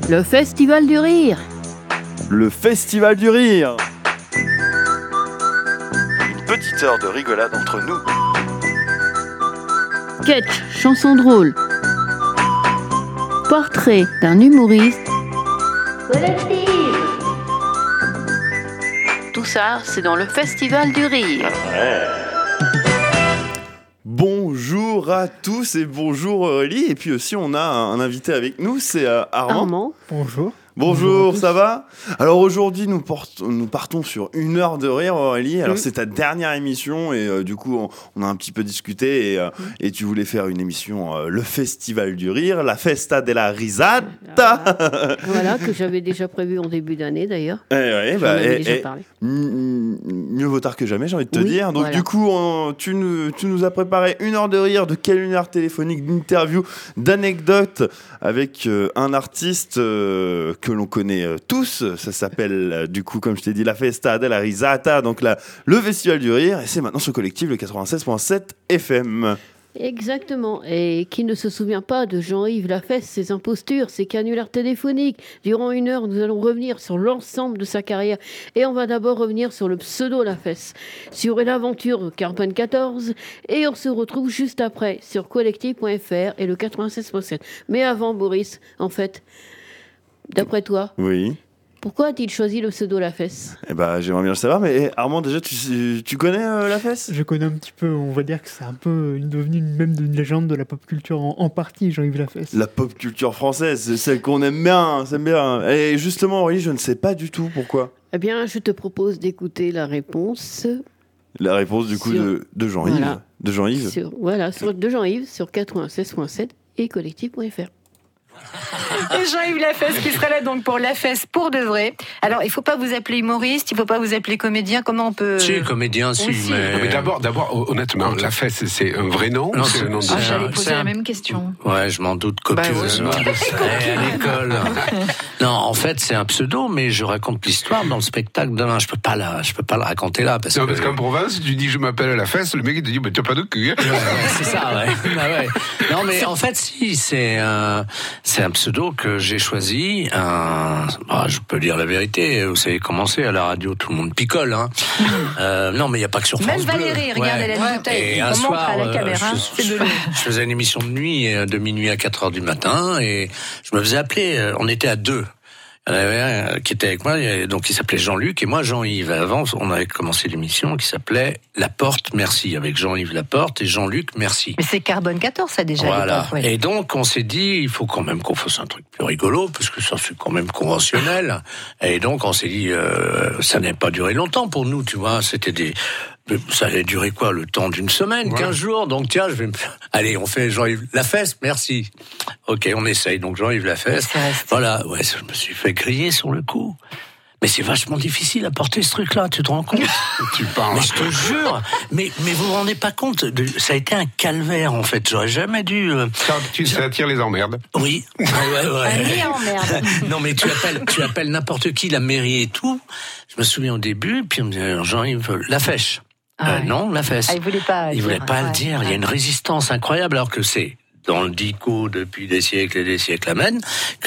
Le Festival du Rire. Le Festival du Rire. Une petite heure de rigolade entre nous. Sketch, chanson drôle. Portrait d'un humoriste. Collectif. Tout ça, c'est dans le Festival du Rire. Bonjour à tous et bonjour Aurélie. Et puis aussi, on a un invité avec nous, c'est Armand. Bonjour. Bonjour, ça va ? Alors aujourd'hui, nous partons sur une heure de rire, Aurélie. Alors c'est ta dernière émission et du coup, on a un petit peu discuté et tu voulais faire une émission, le Festival du Rire, la Festa della Risata. Voilà, que j'avais déjà prévu en début d'année d'ailleurs. Déjà parlé. Mieux vaut tard que jamais, j'ai envie de te dire. Donc voilà. Du coup, tu nous as préparé une heure de rire, de canular téléphonique, d'interview, d'anecdotes avec un artiste que l'on connaît tous. Ça s'appelle, du coup, comme je t'ai dit, la Festa della Risata, donc le Festival du Rire, et c'est maintenant sur Collectif, le 96.7 FM. Exactement. Et qui ne se souvient pas de Jean-Yves Lafesse, ses impostures, ses canulars téléphoniques. Durant une heure, nous allons revenir sur l'ensemble de sa carrière. Et on va d'abord revenir sur le pseudo Lafesse, sur l'aventure Carbone 14. Et on se retrouve juste après sur collectif.fr et le 96.7. Mais avant, Boris, en fait, d'après toi, oui. Pourquoi a-t-il choisi le pseudo Lafesse ? J'aimerais bien le savoir, mais Armand, déjà, tu connais Lafesse ? Je connais un petit peu, on va dire que c'est un peu devenu même une légende de la pop culture en partie, Jean-Yves Lafesse. La pop culture française, c'est celle qu'on aime bien, Et justement, Aurélie, je ne sais pas du tout pourquoi. Eh bien, je te propose d'écouter la réponse. La réponse, du coup, de Jean-Yves. Voilà. De Jean-Yves. De Jean-Yves sur 96.7 et collectif.fr. Et Jean-Yves Lafesse qui serait là donc pour Lafesse pour de vrai. Alors il faut pas vous appeler humoriste, il faut pas vous appeler comédien. Comment on peut Si comédien, si. Mais d'abord, honnêtement, Lafesse, c'est un vrai nom. Non, c'est un nom de... J'allais poser la même question. Ouais, je m'en doute copieusement. À l'école. Non, en fait, c'est un pseudo, mais je raconte l'histoire dans le spectacle demain. Je peux pas la raconter là parce qu'en province, tu dis je m'appelle Lafesse, le mec il te dit t'as pas de cul. Ouais, c'est ça, ouais. Non, mais en fait, si c'est un pseudo que j'ai choisi. Je peux dire la vérité. Vous savez comment c'est à la radio, tout le monde picole. Hein. Non, mais il n'y a pas que sur France Bleu. Même Valérie, regarde, elle a une bouteille. Et un soir, à la caméra, je faisais une émission de nuit, de minuit à 4h du matin, et je me faisais appeler. On était à deux. Il y en avait un qui était avec moi, donc il s'appelait Jean-Luc et moi Jean-Yves. Avant, on avait commencé l'émission qui s'appelait La Porte Merci, avec Jean-Yves Laporte et Jean-Luc Merci. Mais c'est Carbone 14, ça déjà. Voilà. Et donc on s'est dit, il faut quand même qu'on fasse un truc plus rigolo, parce que ça c'est quand même conventionnel. Et donc on s'est dit, ça n'a pas duré longtemps pour nous, tu vois. Ça allait durer quoi, le temps d'une semaine, 15 jours. Donc tiens, allez, on fait Jean-Yves Lafesse, merci. Ok, on essaye. Donc Jean-Yves Lafesse. Voilà, je me suis fait griller sur le coup. Mais c'est vachement difficile à porter ce truc-là, tu te rends compte ? Tu parles. Mais je te jure, mais vous vous rendez pas compte, ça a été un calvaire en fait. J'aurais jamais dû. Ça attire les emmerdes. Oui. Ouais. Emmerde. Non mais tu appelles n'importe qui, la mairie et tout. Je me souviens au début, puis on me disait Jean-Yves Lafesse. Non, Lafesse. Il voulait pas le dire. Il y a une résistance incroyable, alors que c'est dans le dico depuis des siècles et des siècles amène,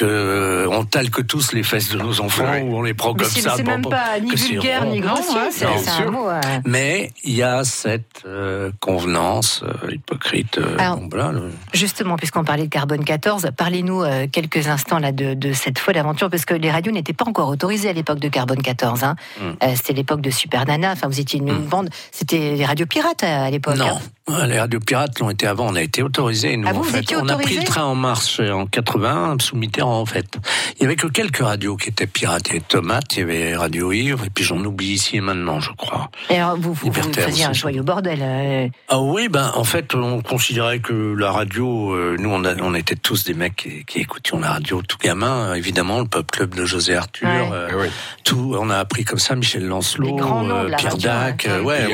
on talque tous les fesses de nos enfants, ou on les prend comme ça. C'est même pas ni vulgaire ni grossier, c'est un mot. Mais il y a cette convenance hypocrite. Alors, justement, puisqu'on parlait de Carbone 14, parlez-nous quelques instants là de cette folle aventure, parce que les radios n'étaient pas encore autorisées à l'époque de Carbone 14. Hein. C'était l'époque de Super Nana, enfin vous étiez une bande, c'était les radios pirates à l'époque. Non. Les radios pirates l'ont été avant, on a été autorisés. Nous, en fait, on a pris le train en marche en 80 sous Mitterrand, en fait. Il y avait que quelques radios qui étaient pirates. Il y avait Tomate, il y avait Radio Ivre, et puis j'en oublie ici et maintenant, je crois. Et alors, vous faisiez un joyeux bordel. Ah oui, en fait, on considérait que la radio, nous, on était tous des mecs qui écoutions la radio tout gamin. Évidemment, le Pop Club de José Arthur, tout. On a appris comme ça Michel Lancelot, Pierre Dac,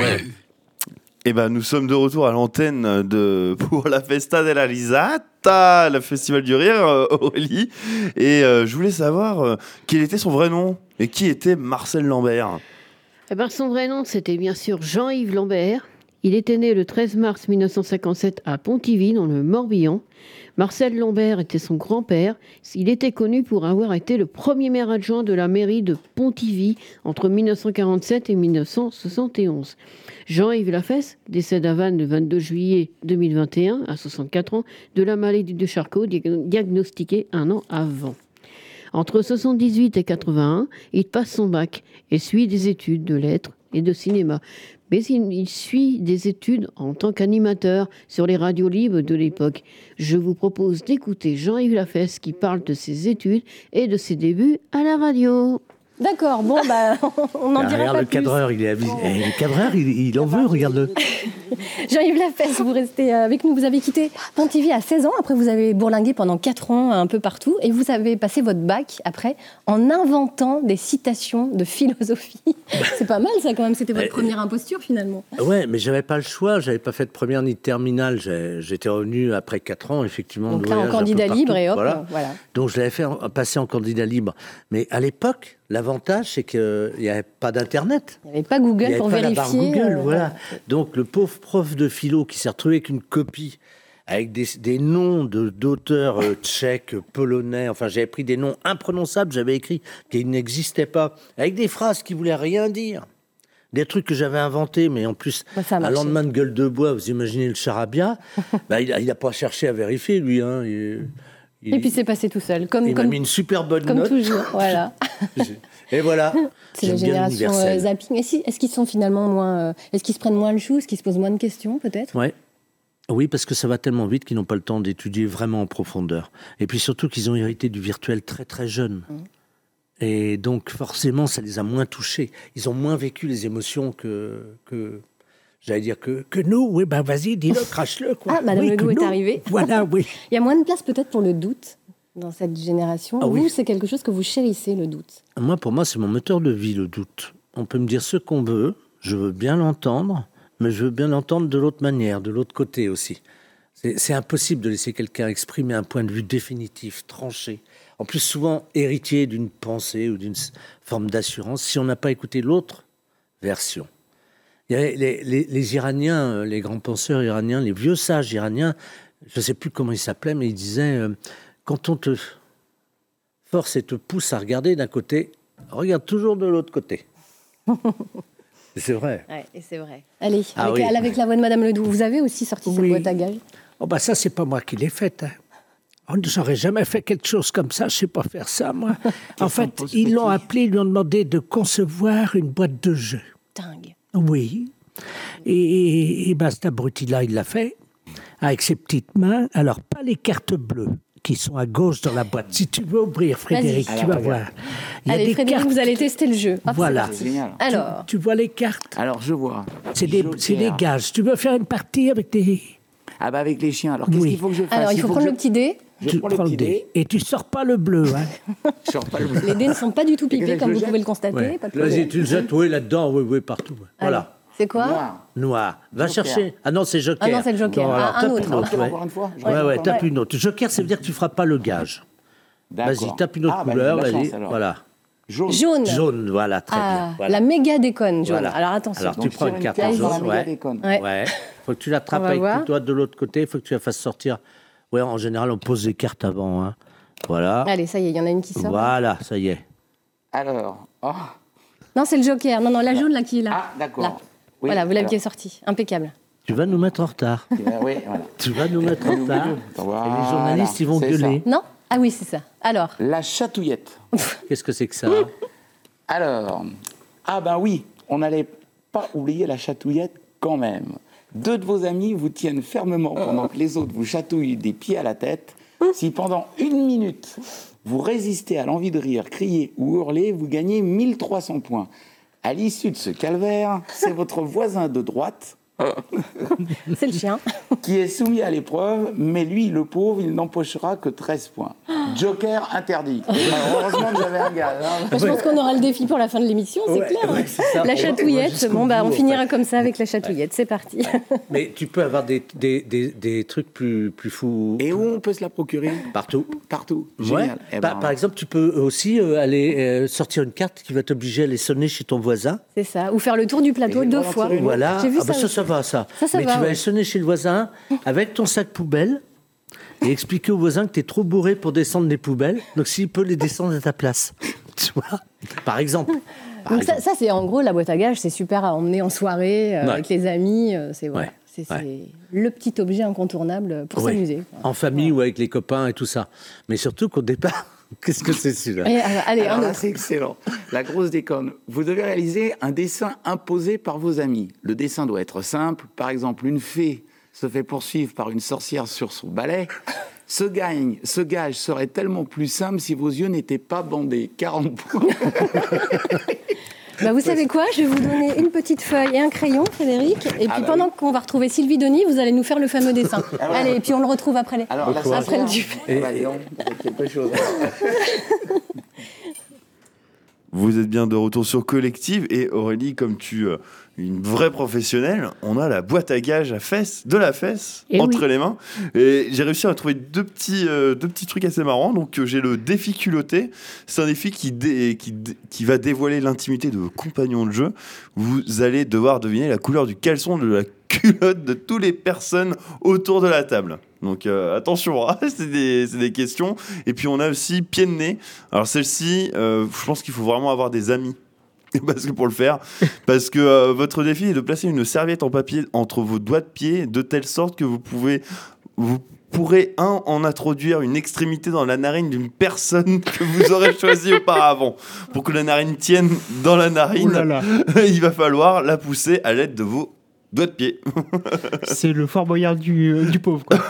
nous sommes de retour à l'antenne pour la Festa della Risata, le Festival du Rire, Aurélie. Et je voulais savoir quel était son vrai nom et qui était Marcel Lambert. Son vrai nom, c'était bien sûr Jean-Yves Lambert. Il était né le 13 mars 1957 à Pontivy, dans le Morbihan. Marcel Lambert était son grand-père. Il était connu pour avoir été le premier maire adjoint de la mairie de Pontivy entre 1947 et 1971. Jean-Yves Lafesse décède à Vannes le 22 juillet 2021, à 64 ans, de la maladie de Charcot, diagnostiquée un an avant. Entre 78 et 81, il passe son bac et suit des études de lettres et de cinéma. Mais il suit des études en tant qu'animateur sur les radios libres de l'époque. Je vous propose d'écouter Jean-Yves Lafesse qui parle de ses études et de ses débuts à la radio. D'accord, bon, on n'en dira pas le plus. Cadreur, il est avisé. Le cadreur, il en veut, regarde-le. Jean-Yves Lafesse, vous restez avec nous. Vous avez quitté Pontivy à 16 ans. Après, vous avez bourlingué pendant 4 ans un peu partout. Et vous avez passé votre bac, après, en inventant des citations de philosophie. C'est pas mal, ça, quand même. C'était votre première imposture, finalement. Ouais, mais j'avais pas le choix. J'avais pas fait de première ni de terminale. J'étais revenu après 4 ans, effectivement. Donc là, en candidat libre, et hop, voilà. Donc, je l'avais fait passer en candidat libre. Mais à l'époque, l'avantage, c'est qu'il n'y avait pas d'Internet. Il n'y avait pas Google pour vérifier. Google, voilà. Donc, le pauvre prof de philo qui s'est retrouvé avec une copie avec des noms d'auteurs tchèques, polonais. Enfin, j'avais pris des noms imprononçables, j'avais écrit qu'ils n'existaient pas, avec des phrases qui voulaient rien dire. Des trucs que j'avais inventés, mais en plus, un lendemain de gueule de bois, vous imaginez le charabia, il n'a pas cherché à vérifier, lui. Hein, et puis c'est passé tout seul. Il m'a mis une super bonne note. Comme toujours, voilà. Et voilà. C'est la génération zapping. Est-ce qu'ils sont finalement moins... est-ce qu'ils se prennent moins le chou? Est-ce qu'ils se posent moins de questions, peut-être? Oui, parce que ça va tellement vite qu'ils n'ont pas le temps d'étudier vraiment en profondeur. Et puis surtout qu'ils ont hérité du virtuel très très jeune. Et donc forcément, ça les a moins touchés. Ils ont moins vécu les émotions que j'allais dire que nous. Oui, ben vas-y, dis-le, crache-le. Quoi. Ah, Madame Ledoux est arrivée. Voilà, oui. Il y a moins de place peut-être pour le doute dans cette génération. Vous, c'est quelque chose que vous chérissez, le doute? Pour moi, c'est mon moteur de vie, le doute. On peut me dire ce qu'on veut, je veux bien l'entendre, mais je veux bien l'entendre de l'autre manière, de l'autre côté aussi. C'est impossible de laisser quelqu'un exprimer un point de vue définitif, tranché. En plus, souvent héritier d'une pensée ou d'une forme d'assurance, si on n'a pas écouté l'autre version. Il y a les Iraniens, les grands penseurs iraniens, les vieux sages iraniens, je ne sais plus comment ils s'appelaient, mais ils disaient quand on te force et te pousse à regarder d'un côté, regarde toujours de l'autre côté. C'est vrai. Ouais, et c'est vrai. Allez, avec la voix de Madame Ledoux, vous avez aussi sorti cette boîte à gages? Ça, c'est pas moi qui l'ai faite. Hein. J'aurais jamais fait quelque chose comme ça, je sais pas faire ça, moi. En fait, ils l'ont appelé, ils lui ont demandé de concevoir une boîte de jeux. Dingue. Oui. Et cet abruti-là, il l'a fait, avec ses petites mains. Alors, pas les cartes bleues qui sont à gauche dans la boîte. Si tu veux ouvrir, Frédéric, tu vas voir. Allez, Frédéric, vous allez tester le jeu. Hop, voilà. C'est génial. Alors, tu vois les cartes? Alors, je vois. C'est des gages. Tu veux faire une partie avec des... avec les chiens. Alors, qu'est-ce qu'il faut que je fasse? Alors, il faut prendre le petit dé. Je prends le petit dé. Et tu sors pas le bleu. Hein. Je sors pas le bleu. Les dés ne sont pas du tout pipés, comme vous pouvez le constater. Ouais. Vas-y, tu le jettes, là-dedans, oui, partout. Ouais. Voilà. C'est quoi? Noir. Va chercher. Ah non, c'est Joker. Ah non, c'est le Joker. Un autre. Encore une fois. Tape une autre. Joker, ça veut dire que tu ne feras pas le gage. Vas-y, tape une autre couleur. Vas-y. Voilà. Jaune. Jaune, voilà, très bien. Voilà. La méga déconne jaune. Voilà. Alors attention. Alors tu prends une carte jaune. Ouais. Faut que tu l'attrapes avec le doigt de l'autre côté. Il faut que tu la fasses sortir. Ouais, en général, on pose les cartes avant. Hein. Voilà. Allez, ça y est, il y en a une qui sort. Voilà, ça y est. Alors. Non, c'est le Joker. Non, la jaune là qui est là. Ah, d'accord. Là. Oui, voilà, vous l'aviez sorti. Impeccable. Tu vas nous mettre en retard. Oui, voilà. Tu vas nous mettre en retard. Et les journalistes, ils vont gueuler. Non? Ah oui, c'est ça. Alors. La chatouillette. Qu'est-ce que c'est que ça? Alors. Oui, on n'allait pas oublier la chatouillette quand même. 2 de vos amis vous tiennent fermement pendant que les autres vous chatouillent des pieds à la tête. Si pendant 1 minute, vous résistez à l'envie de rire, crier ou hurler, vous gagnez 1300 points. À l'issue de ce calvaire, c'est votre voisin de droite... C'est le chien. Qui est soumis à l'épreuve, mais lui, le pauvre, il n'empochera que 13 points. Joker interdit. Alors, heureusement que j'avais un gars. Je pense qu'on aura le défi pour la fin de l'émission, c'est clair. La chatouillette, on finira comme ça avec la chatouillette. C'est parti. Mais tu peux avoir des trucs plus fous. Et où on peut se la procurer? Partout. Génial. Par exemple, tu peux aussi aller sortir une carte qui va t'obliger à aller sonner chez ton voisin. C'est ça. Ou faire le tour du plateau 2 fois. Voilà. J'ai vu ça. Ça va, ça. Ça mais va, tu vas ouais. aller sonner chez le voisin avec ton sac poubelle et expliquer au voisin que tu es trop bourré pour descendre les poubelles. Donc, s'il peut les descendre à ta place. Tu vois ? Par exemple. Donc ça, c'est en gros la boîte à gages, c'est super à emmener en soirée avec les amis. C'est le petit objet incontournable pour s'amuser. En famille ou avec les copains et tout ça. Mais surtout qu'au départ, qu'est-ce que c'est celui-là ? Alors là, c'est excellent. La grosse déconne. Vous devez réaliser un dessin imposé par vos amis. Le dessin doit être simple. Par exemple, une fée se fait poursuivre par une sorcière sur son balai. Ce gage serait tellement plus simple si vos yeux n'étaient pas bandés. 40 points. Vous savez quoi ? Je vais vous donner une petite feuille et un crayon, Frédéric. Et puis pendant qu'on va retrouver Sylvie Denis, vous allez nous faire le fameux dessin. Allez, et puis on le retrouve après le duvet. Quelque chose. Vous êtes bien de retour sur Collective et Aurélie, comme tu une vraie professionnelle, on a la boîte à gages de la fesse entre les mains. Et j'ai réussi à trouver deux petits trucs assez marrants. Donc j'ai le défi culotté. C'est un défi qui va dévoiler l'intimité de vos compagnons de jeu. Vous allez devoir deviner la couleur du caleçon de la culotte de toutes les personnes autour de la table. Donc attention, c'est des questions. Et puis on a aussi pied de nez. Alors celle-ci, je pense qu'il faut vraiment avoir des amis. Parce que votre défi est de placer une serviette en papier entre vos doigts de pied de telle sorte que vous pourrez en introduire une extrémité dans la narine d'une personne que vous aurez choisie auparavant. Pour que la narine tienne dans la narine, il va falloir la pousser à l'aide de vos doigts de pied. C'est le Fort Boyard du pauvre, quoi.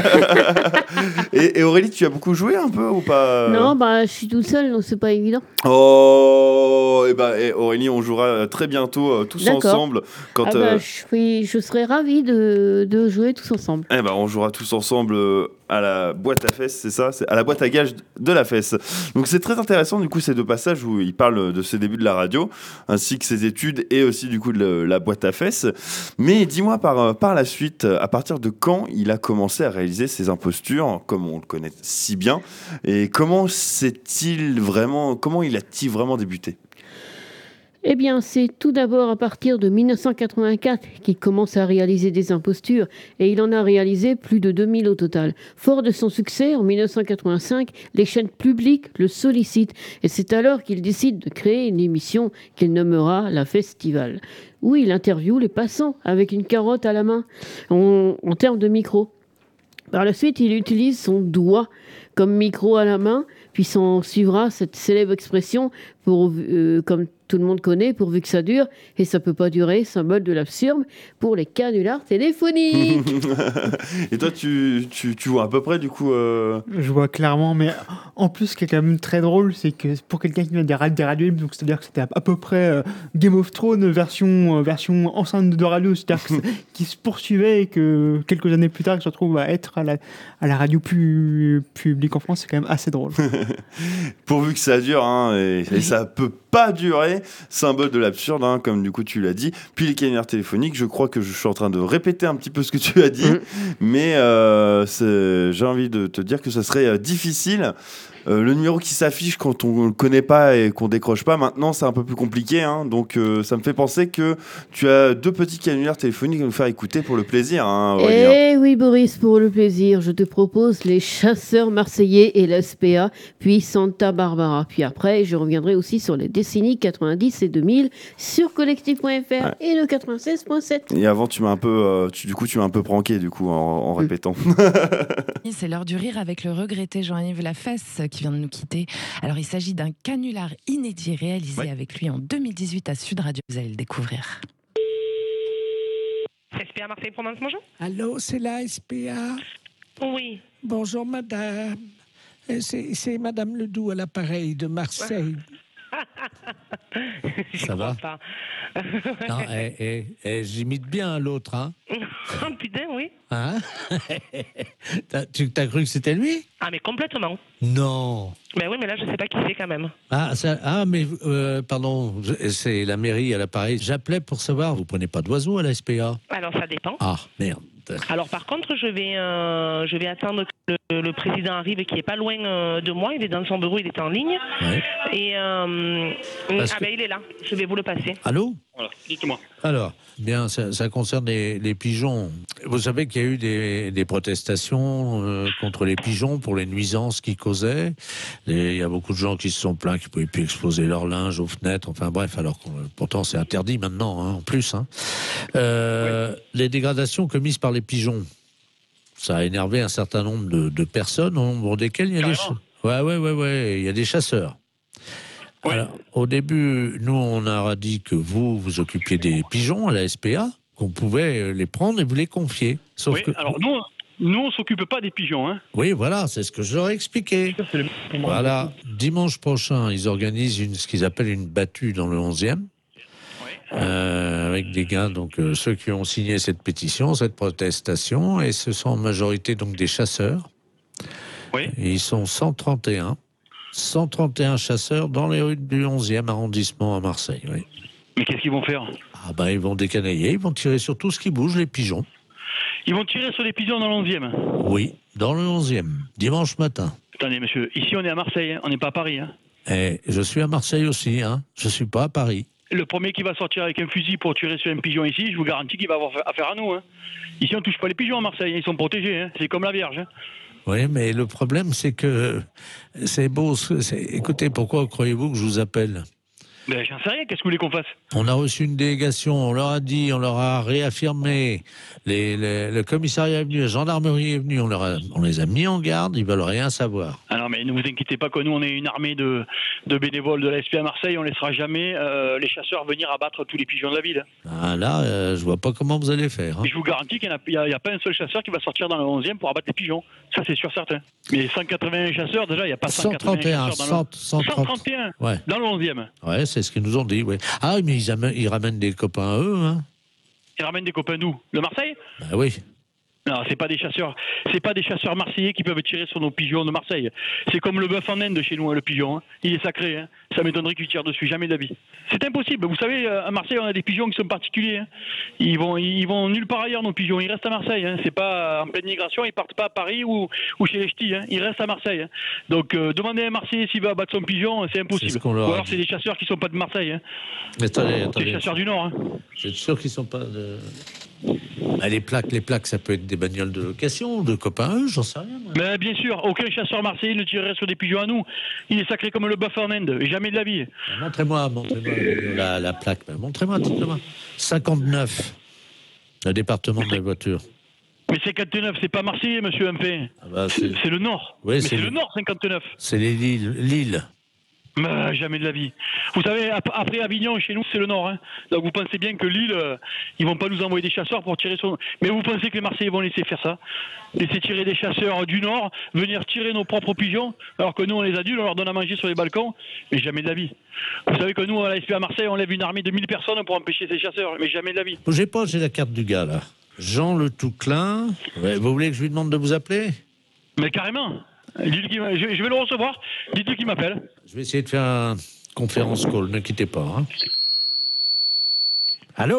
Et Aurélie, tu as beaucoup joué un peu ou pas ? Non, je suis toute seule, donc c'est pas évident. Oh, et Aurélie, on jouera très bientôt tous ensemble. Quand, je serais ravie de jouer tous ensemble. On jouera tous ensemble à la boîte à fesses, c'est ça ? C'est à la boîte à gages de la fesse. Donc c'est très intéressant, du coup, ces deux passages où il parle de ses débuts de la radio, ainsi que ses études et aussi, du coup, de la boîte à fesses. Mais dis-moi par la suite, à partir de quand il a commencé à réaliser ses impostures, comme on le connaît si bien, et comment il a-t-il vraiment débuté ? Eh bien, c'est tout d'abord à partir de 1984 qu'il commence à réaliser des impostures et il en a réalisé plus de 2000 au total. Fort de son succès, en 1985, les chaînes publiques le sollicitent et c'est alors qu'il décide de créer une émission qu'il nommera La Festivale, où il interviewe les passants avec une carotte à la main en termes de micro. Par la suite, il utilise son doigt comme micro à la main, puis s'en suivra cette célèbre expression comme tout le monde connaît, pourvu que ça dure, et ça peut pas durer, symbole de l'absurde pour les canulars téléphoniques. Et toi, tu vois à peu près, du coup Je vois clairement, mais en plus, ce qui est quand même très drôle, c'est que pour quelqu'un qui vient des radios, donc c'est-à-dire que c'était à peu près Game of Thrones version enceinte de radio, c'est-à-dire qui se poursuivait et que quelques années plus tard, il se retrouve à être à la radio publique en France, c'est quand même assez drôle. Pourvu que ça dure, et ça peut pas durer, symbole de l'absurde, comme du coup tu l'as dit. Puis les canulars téléphoniques, je crois que je suis en train de répéter un petit peu ce que tu as dit, mais j'ai envie de te dire que ça serait difficile. Le numéro qui s'affiche quand on ne le connaît pas et qu'on décroche pas, maintenant c'est un peu plus compliqué, donc ça me fait penser que tu as deux petits canulars téléphoniques à nous faire écouter pour le plaisir. Eh oui Boris, pour le plaisir, je te propose les Chasseurs Marseillais et l'SPA, puis Santa Barbara. Puis après, je reviendrai aussi sur les décennies 90 et 2000 sur collectif.fr et le 96.7. Et avant, tu m'as un peu pranké du coup en répétant. C'est l'heure du rire avec le regretté Jean-Yves Lafesse qui vient de nous quitter. Alors il s'agit d'un canular inédit réalisé avec lui en 2018 à Sud Radio. Vous allez le découvrir. SPA Marseille Provence, bonjour. Allô, c'est la SPA. Oui. Bonjour madame. C'est madame Ledoux à l'appareil de Marseille. Ça va non, j'imite bien l'autre, hein. Oh putain, oui. Hein? T'as cru que c'était lui? Ah, mais complètement. Non. Mais oui, mais là, je sais pas qui c'est quand même. Pardon, c'est la mairie à l'appareil. J'appelais pour savoir, vous prenez pas d'oiseaux à la SPA? Alors, ça dépend. Ah, merde. Alors, par contre, je vais attendre que le président arrive, qui est pas loin de moi. Il est dans son bureau, il est en ligne. Ouais. Et il est là. Je vais vous le passer. Allô? Voilà, dites-moi. Alors, bien, ça concerne les pigeons. Vous savez qu'il y a eu des protestations contre les pigeons pour les nuisances qu'ils causaient. Il y a beaucoup de gens qui se sont plaints qu'ils ne pouvaient plus exposer leur linge aux fenêtres. Enfin bref, alors pourtant c'est interdit maintenant, en plus. Les dégradations commises par les pigeons, ça a énervé un certain nombre de personnes, au nombre desquelles il y a il y a des chasseurs. Ouais. Alors, au début, nous, on a dit que vous occupiez des pigeons à la SPA, qu'on pouvait les prendre et vous les confier. Sauf que... alors nous, on ne s'occupe pas des pigeons. Hein. Oui, voilà, c'est ce que je leur ai expliqué. Voilà, dimanche prochain, ils organisent ce qu'ils appellent une battue dans le 11e. Avec des gars, donc ceux qui ont signé cette pétition, cette protestation, et ce sont en majorité donc des chasseurs. Oui. Et ils sont 131 chasseurs dans les rues du 11e arrondissement à Marseille. Oui. Mais qu'est-ce qu'ils vont faire ? Ils vont décanailler, ils vont tirer sur tout ce qui bouge, les pigeons. Ils vont tirer sur les pigeons dans le 11e ? Oui, dans le 11e, dimanche matin. Attendez, monsieur, ici on est à Marseille, on n'est pas à Paris. Et je suis à Marseille aussi, je ne suis pas à Paris. Le premier qui va sortir avec un fusil pour tirer sur un pigeon ici, je vous garantis qu'il va avoir affaire à nous. Ici on ne touche pas les pigeons à Marseille, ils sont protégés, c'est comme la Vierge. Oui, mais le problème, c'est que c'est beau. Écoutez, pourquoi croyez-vous que je vous appelle ? Ben, j'en sais rien, qu'est-ce que vous voulez qu'on fasse ? On a reçu une délégation, on leur a dit, on leur a réaffirmé, le commissariat est venu, la gendarmerie est venue, on les a mis en garde, ils veulent rien savoir. Ah non, mais ne vous inquiétez pas que nous, on est une armée de bénévoles de la SPA à Marseille, on ne laissera jamais les chasseurs venir abattre tous les pigeons de la ville. Ah là, je vois pas comment vous allez faire. Je vous garantis qu'il n'y a pas un seul chasseur qui va sortir dans le 11e pour abattre les pigeons. Ça, c'est sûr certain. Mais 181 chasseurs, déjà, il n'y a pas 131 chasseurs dans 131 dans le 11e. Ouais, c'est ce qu'ils nous ont dit, oui. Ah, mais ils ramènent des copains à eux, Ils ramènent des copains d'où ? De Marseille ? Ben oui. Non, c'est pas des chasseurs marseillais qui peuvent tirer sur nos pigeons de Marseille. C'est comme le bœuf en Inde chez nous, le pigeon. Il est sacré, Ça m'étonnerait qu'il tire dessus, jamais de la vie. C'est impossible. Vous savez, à Marseille, on a des pigeons qui sont particuliers. Ils vont nulle part ailleurs, nos pigeons. Ils restent à Marseille. C'est pas en pleine migration. Ils partent pas à Paris ou chez les ch'tis. Ils restent à Marseille. Donc, demandez à un Marseillais s'il veut abattre son pigeon, c'est impossible. Ou alors, c'est des chasseurs qui sont pas de Marseille. Attendez. C'est des chasseurs du Nord. Vous êtes sûr qu'ils sont pas de... Les plaques, ça peut être des bagnoles de location, de copains eux, j'en sais rien. Moi. Mais bien sûr, aucun chasseur marseillais ne tirerait sur des pigeons à nous. Il est sacré comme le bœuf en Inde, jamais de la vie. Montrez-moi la plaque. Montrez-moi, dites-moi. 59, le département de la voiture. Mais 59, c'est pas marseillais, monsieur MP. C'est le Nord. Oui, mais c'est le Nord, 59. C'est l'île. Mais jamais de la vie. Vous savez, après Avignon, chez nous, c'est le Nord. Donc vous pensez bien que l'île, ils vont pas nous envoyer des chasseurs pour tirer sur... Mais vous pensez que les Marseillais vont laisser faire ça ? Laisser tirer des chasseurs du Nord, venir tirer nos propres pigeons, alors que nous, on les adule, on leur donne à manger sur les balcons. Mais jamais de la vie. Vous savez que nous, à la SPA à Marseille, on lève une armée de 1000 personnes pour empêcher ces chasseurs. Mais jamais de la vie. Bougez pas, j'ai la carte du gars, là. Jean Le Touclin. Vous voulez que je lui demande de vous appeler ? Mais carrément. Je vais le recevoir. Dites-lui qu'il m'appelle. Je vais essayer de faire un conférence call, ne quittez pas. Allô ?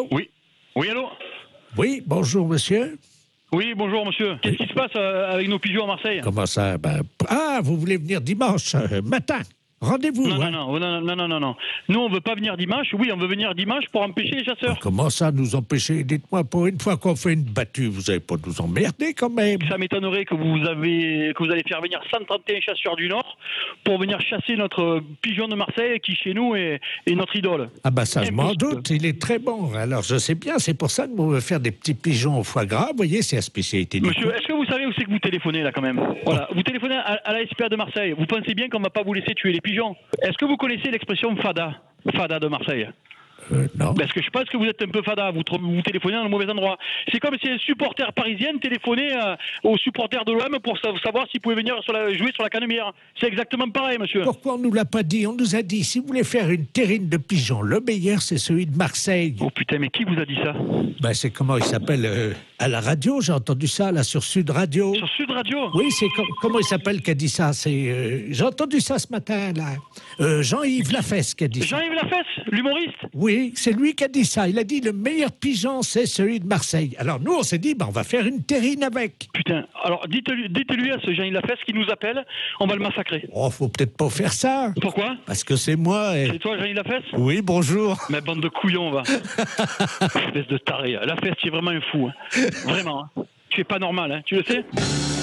Oui. Oui, allô ? Oui, bonjour monsieur. Oui, bonjour monsieur. Qu'est-ce qui se passe avec nos pigeons à Marseille ? Comment ça ? Vous voulez venir dimanche matin ? Rendez-vous. Non. Nous, on veut pas venir dimanche. Oui, on veut venir dimanche pour empêcher les chasseurs. Comment ça, nous empêcher ? Dites-moi, pour une fois qu'on fait une battue, vous n'allez pas nous emmerder quand même. Ça m'étonnerait que vous allez faire venir 131 chasseurs du Nord pour venir chasser notre pigeon de Marseille qui, chez nous, est notre idole. Ah ça, je m'en doute. Il est très bon. Alors, je sais bien, c'est pour ça que vous veut faire des petits pigeons au foie gras. Vous voyez, c'est la spécialité du Monsieur, est-ce que vous savez où c'est que vous téléphonez, là, quand même ? Voilà. Vous téléphonez à la SPA de Marseille. Vous pensez bien qu'on ne va pas vous laisser tuer les pigeons ? Est-ce que vous connaissez l'expression fada de Marseille ? Non. Parce que je pense que vous êtes un peu fada, vous téléphonez dans le mauvais endroit. C'est comme si un supporter parisien téléphonait aux supporters de l'OM pour savoir s'ils pouvaient venir jouer sur la Canebière. C'est exactement pareil, monsieur. Pourquoi on ne nous l'a pas dit ? On nous a dit, si vous voulez faire une terrine de pigeons, le meilleur, c'est celui de Marseille. Oh putain, mais qui vous a dit ça ? C'est comment il s'appelle à la radio, j'ai entendu ça, là, sur Sud Radio. Sur Sud Radio ? Oui, c'est comment il s'appelle qui a dit ça ? J'ai entendu ça ce matin, là. Jean-Yves Lafesse qui a dit ça. Jean-Yves Lafesse, l'humoriste ? Oui. Oui, c'est lui qui a dit ça. Il a dit le meilleur pigeon, c'est celui de Marseille. Alors nous, on s'est dit, on va faire une terrine avec. Putain, alors dites-lui à ce Jean-Yves Lafesse qui nous appelle, on va le massacrer. Oh, faut peut-être pas faire ça. Pourquoi? Parce que c'est moi. C'est toi, Jean-Yves Lafesse? Oui, bonjour. Mais bande de couillons, va. Espèce de taré. Lafesse, tu es vraiment un fou. Hein. Vraiment. Hein. Tu es pas normal, hein. Tu le sais?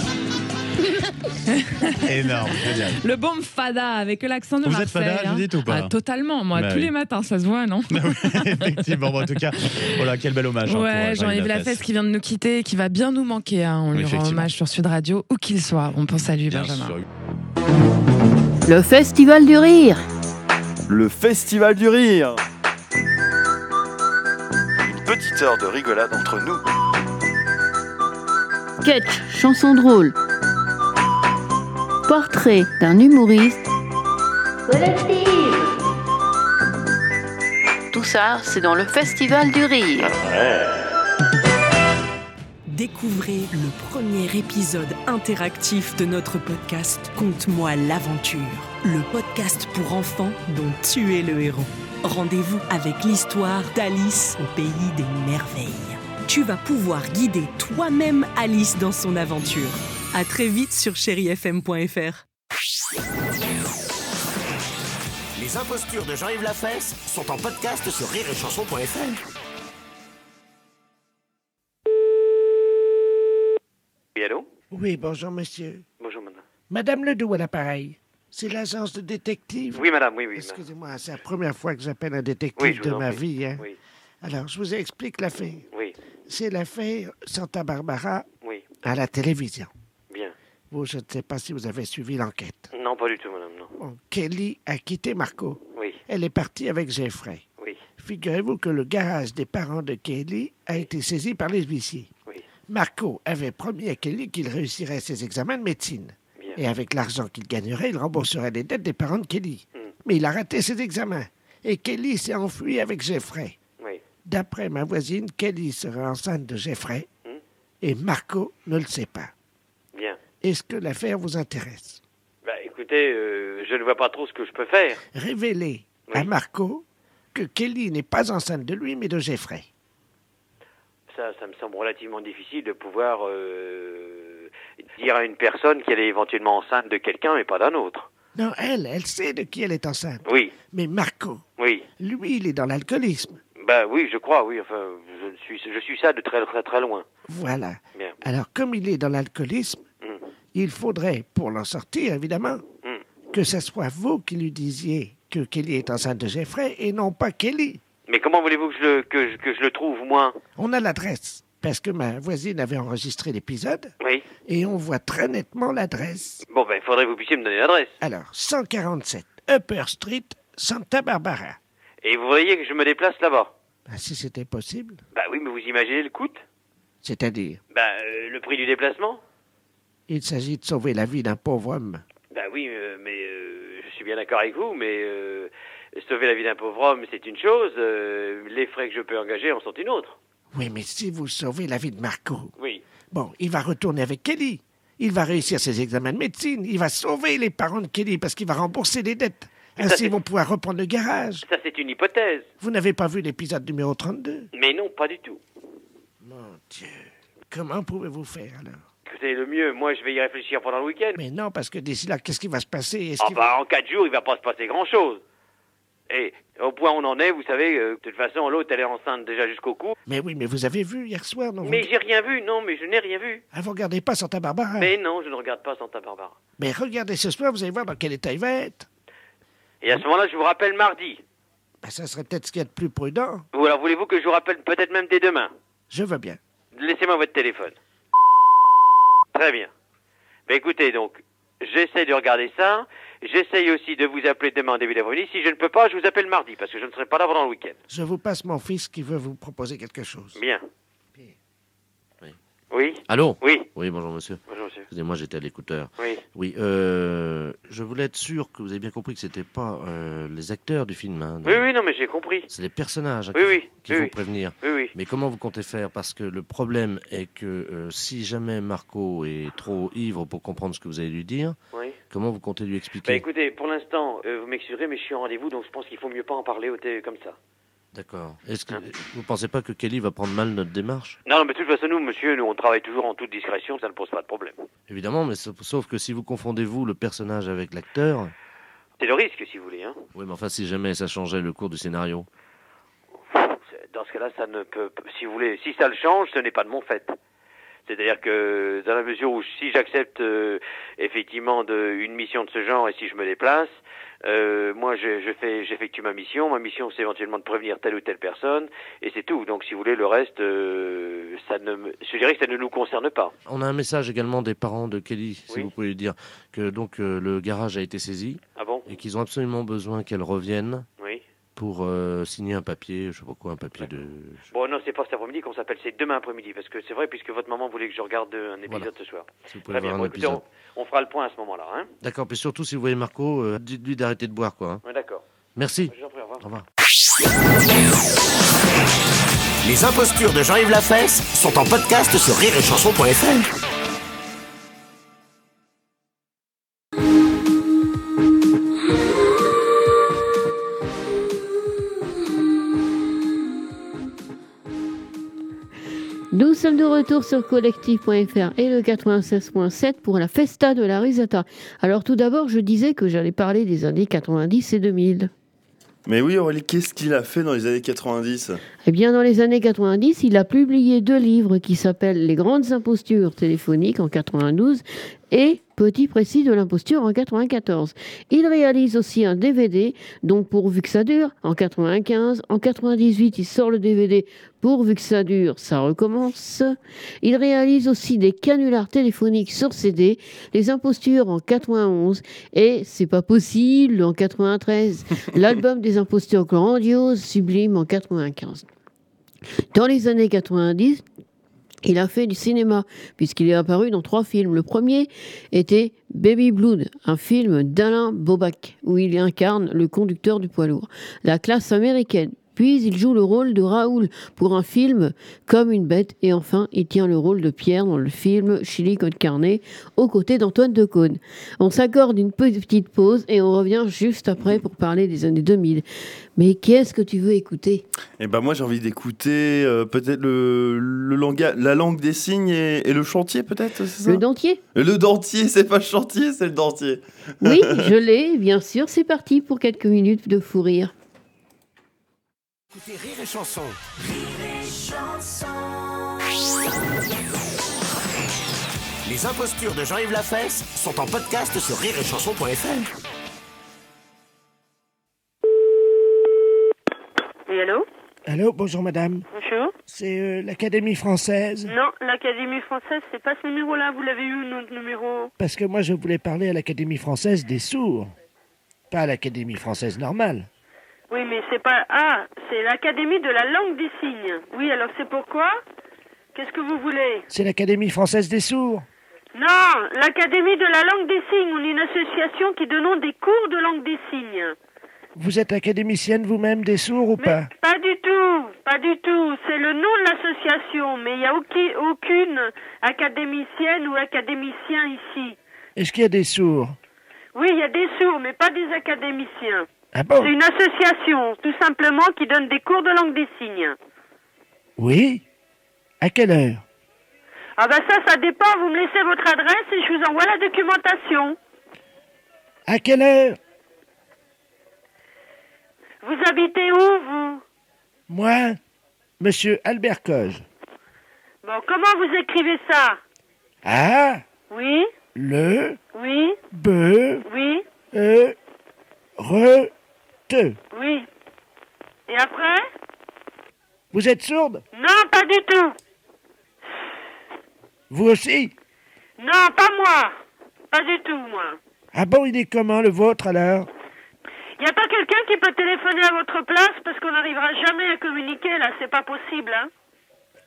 Énorme, génial. Le bon fada avec l'accent de Vous Marseille. êtes fada, Judith, ou pas? Totalement, moi, Bah tous les matins, ça se voit, non? Effectivement, en tout cas, voilà, quel bel hommage. Ouais, pour Jean-Yves Lafesse qui vient de nous quitter, qui va bien nous manquer. Hein. On lui rend hommage sur Sud Radio, où qu'il soit. On pense à lui, Bien Benjamin. sûr. Le Festival du Rire. Le Festival du Rire. Une petite heure de rigolade entre nous. Sketch, chanson drôle. Portrait d'un humoriste. Tout ça, c'est dans le Festival du Rire. Découvrez le premier épisode interactif de notre podcast Conte-moi l'aventure, le podcast pour enfants dont tu es le héros. Rendez-vous avec l'histoire d'Alice au pays des merveilles. Tu vas pouvoir guider toi-même Alice dans son aventure. À très vite sur chérifm.fr. Les impostures de Jean-Yves Lafesse sont en podcast sur rireetchanson.fr. Oui, allô? Oui, bonjour monsieur. Bonjour madame. Madame Ledoux à l'appareil. C'est l'agence de détective? Oui madame, oui. Excusez-moi, c'est la première fois que j'appelle un détective Oui, je vous de en ma prie. vie. Hein. Oui. Alors, je vous explique l'affaire. Oui. C'est l'affaire Santa Barbara Oui. à la télévision. Bien. Vous, je ne sais pas si vous avez suivi l'enquête. Non, pas du tout madame, non. Bon, Kelly a quitté Marco. Oui. Elle est partie avec Jeffrey. Oui. Figurez-vous que le garage des parents de Kelly a été saisi par les huissiers. Oui. Marco avait promis à Kelly qu'il réussirait ses examens de médecine. Bien. Et avec l'argent qu'il gagnerait, il rembourserait les dettes des parents de Kelly. Mais il a raté ses examens. Et Kelly s'est enfuie avec Jeffrey. Oui. D'après ma voisine, Kelly serait enceinte de Jeffrey. Et Marco ne le sait pas. Bien. Est-ce que l'affaire vous intéresse? Bah écoutez, je ne vois pas trop ce que je peux faire. Révélez à Marco que Kelly n'est pas enceinte de lui, mais de Jeffrey. Ça me semble relativement difficile de pouvoir dire à une personne qu'elle est éventuellement enceinte de quelqu'un, mais pas d'un autre. Non, elle sait de qui elle est enceinte. Oui. Mais Marco, Oui. lui, il est dans l'alcoolisme. Bah oui, je crois, oui. Enfin, je suis ça de très très très loin. Voilà. Bien. Alors, comme il est dans l'alcoolisme, il faudrait, pour l'en sortir, évidemment, que ce soit vous qui lui disiez que Kelly est enceinte de Jeffrey et non pas Kelly. Mais comment voulez-vous que je le trouve, moi? On a l'adresse, parce que ma voisine avait enregistré l'épisode. Oui. Et on voit très nettement l'adresse. Bon, ben, il faudrait que vous puissiez me donner l'adresse. Alors, 147 Upper Street, Santa Barbara. Et vous voyez que je me déplace là-bas? Si c'était possible. Bah oui, mais vous imaginez le coût? C'est-à-dire, Bah, le prix du déplacement? il s'agit de sauver la vie d'un pauvre homme. Bah oui, mais je suis bien d'accord avec vous, mais sauver la vie d'un pauvre homme, c'est une chose. Les frais que je peux engager en sont une autre. Oui, mais si vous sauvez la vie de Marco, Oui. bon, il va retourner avec Kelly. Il va réussir ses examens de médecine. Il va sauver les parents de Kelly parce qu'il va rembourser les dettes. Ainsi, ils vont pouvoir reprendre le garage. Ça, c'est une hypothèse. Vous n'avez pas vu l'épisode numéro 32? Mais non, pas du tout. Mon Dieu. Comment pouvez-vous faire, alors? Écoutez, le mieux, moi, je vais y réfléchir pendant le week-end. Mais non, parce que d'ici là, qu'est-ce qui va se passer? En 4 jours, il va pas se passer grand-chose. Et au point où on en est, vous savez, de toute façon, l'autre, elle est enceinte déjà jusqu'au cou. Mais oui, mais vous avez vu hier soir, non? Mais j'ai rien vu, non, mais je n'ai rien vu. Ah, vous regardez pas Santa Barbara? Mais non, je ne regarde pas Santa Barbara. Mais regardez ce soir, vous allez voir dans quel état il va être. Et à ce moment-là, je vous rappelle mardi. Ben, ça serait peut-être ce qu'il y a de plus prudent. Ou alors voulez-vous que je vous rappelle peut-être même dès demain? Je veux bien. Laissez-moi votre téléphone. Très bien. Ben écoutez, donc, j'essaie de regarder ça. J'essaye aussi de vous appeler demain en début d'après-midi. Si je ne peux pas, je vous appelle mardi, parce que je ne serai pas là pendant le week-end. Je vous passe mon fils qui veut vous proposer quelque chose. Bien. Oui. Oui. Allô? Oui. Oui, bonjour monsieur. Bonjour monsieur. Excusez-moi, j'étais à l'écouteur. Oui. Oui, je voulais être sûr que vous avez bien compris que c'était pas les acteurs du film. Hein, Oui, non, mais j'ai compris. C'est les personnages qu'il faut prévenir. Oui, oui. Mais comment vous comptez faire? Parce que le problème est que si jamais Marco est trop ivre pour comprendre ce que vous allez lui dire, oui. Comment vous comptez lui expliquer? Bah écoutez, pour l'instant, vous m'excuserez, mais je suis en rendez-vous, donc je pense qu'il faut mieux pas en parler comme ça. D'accord. Est-ce que vous pensez pas que Kelly va prendre mal notre démarche? Non, mais de toute façon, nous, on travaille toujours en toute discrétion, ça ne pose pas de problème. Évidemment, mais sauf que si vous confondez le personnage avec l'acteur... C'est le risque, si vous voulez. Hein. Oui, mais enfin, si jamais ça changeait le cours du scénario. Dans ce cas-là, ça ne peut... Si vous voulez, si ça le change, ce n'est pas de mon fait. C'est-à-dire que dans la mesure où si j'accepte effectivement une mission de ce genre et si je me déplace, moi j'effectue ma mission. Ma mission c'est éventuellement de prévenir telle ou telle personne et c'est tout. Donc si vous voulez le reste, je dirais que ça ne nous concerne pas. On a un message également des parents de Kelly, si vous pouvez lui dire que donc le garage a été saisi et qu'ils ont absolument besoin qu'elle revienne. Oui. Pour signer un papier, je sais pas quoi, un papier de... Bon, non, c'est pas cet après-midi qu'on s'appelle, c'est demain après-midi, parce que c'est vrai, puisque votre maman voulait que je regarde un épisode ce soir. Si vous pouvez voir un écoutez, épisode. on fera le point à ce moment-là. Hein. D'accord, puis surtout, si vous voyez Marco, dites-lui d'arrêter de boire, quoi. Hein. Ouais, d'accord. Merci. Je vous en prie, au revoir. Les impostures de Jean-Yves Lafesse sont en podcast sur rireetchanson.fr. Nous sommes de retour sur collectif.fr et le 96.7 pour la Festa de la Risata. Alors tout d'abord, je disais que j'allais parler des années 90 et 2000. Mais oui, Aurélie, qu'est-ce qu'il a fait dans les années 90 ? Eh bien, dans les années 90, il a publié 2 livres qui s'appellent Les grandes impostures téléphoniques en 92 et Petit précis de l'imposture en 94. Il réalise aussi un DVD, donc pourvu que ça dure, en 95. En 98, il sort le DVD pourvu que ça dure, ça recommence. Il réalise aussi des canulars téléphoniques sur CD, les impostures en 91 et C'est pas possible en 93. L'album des impostures grandioses, sublime en 95. Dans les années 90, il a fait du cinéma, puisqu'il est apparu dans 3 films. Le premier était Baby Blood, un film d'Alain Bobach, où il incarne le conducteur du poids lourd. La classe américaine. Puis il joue le rôle de Raoul pour un film Comme une bête. Et enfin, il tient le rôle de Pierre dans le film Chili con carne, aux côtés d'Antoine Decaune. On s'accorde une petite pause et on revient juste après pour parler des années 2000. Mais qu'est-ce que tu veux écouter ? Eh ben moi j'ai envie d'écouter peut-être le langage, la langue des signes et le chantier peut-être, c'est ça ? Le dentier ? Le dentier, c'est pas le chantier, c'est le dentier. Oui, je l'ai, bien sûr. C'est parti pour quelques minutes de fou rire. Écoutez Rire et Chanson. Les impostures de Jean-Yves Lafesse sont en podcast sur rireetchanson.fr. Oui, allô ? Allô, bonjour madame. Bonjour. C'est l'Académie française. Non, l'Académie française, c'est pas ce numéro-là. Vous l'avez eu, notre numéro. Parce que moi, je voulais parler à l'Académie française des sourds. Pas à l'Académie française normale. Oui, mais c'est pas... Ah, c'est l'Académie de la langue des signes. Oui, alors c'est pourquoi ? Qu'est-ce que vous voulez ? C'est l'Académie française des sourds. Non, l'Académie de la langue des signes. On est une association qui donne des cours de langue des signes. Vous êtes académicienne vous-même des sourds ou pas ? Pas du tout, pas du tout. C'est le nom de l'association, mais il n'y a aucune académicienne ou académicien ici. Est-ce qu'il y a des sourds ? Oui, il y a des sourds, mais pas des académiciens. Ah bon ? C'est une association, tout simplement, qui donne des cours de langue des signes. Oui ? À quelle heure ? Ah ben ça dépend. Vous me laissez votre adresse et je vous envoie la documentation. À quelle heure ? Vous habitez où, vous ? Moi, Monsieur Albert Coge. Bon, comment vous écrivez ça ? Ah ? Oui ? Le. Oui ? Be. Oui ? Te. Oui. Et après ? Vous êtes sourde ? Non, pas du tout. Vous aussi ? Non, pas moi. Pas du tout, moi. Ah bon, il est comment le vôtre alors ? Y a pas quelqu'un qui peut téléphoner à votre place parce qu'on n'arrivera jamais à communiquer là, c'est pas possible, hein ? Niqué ?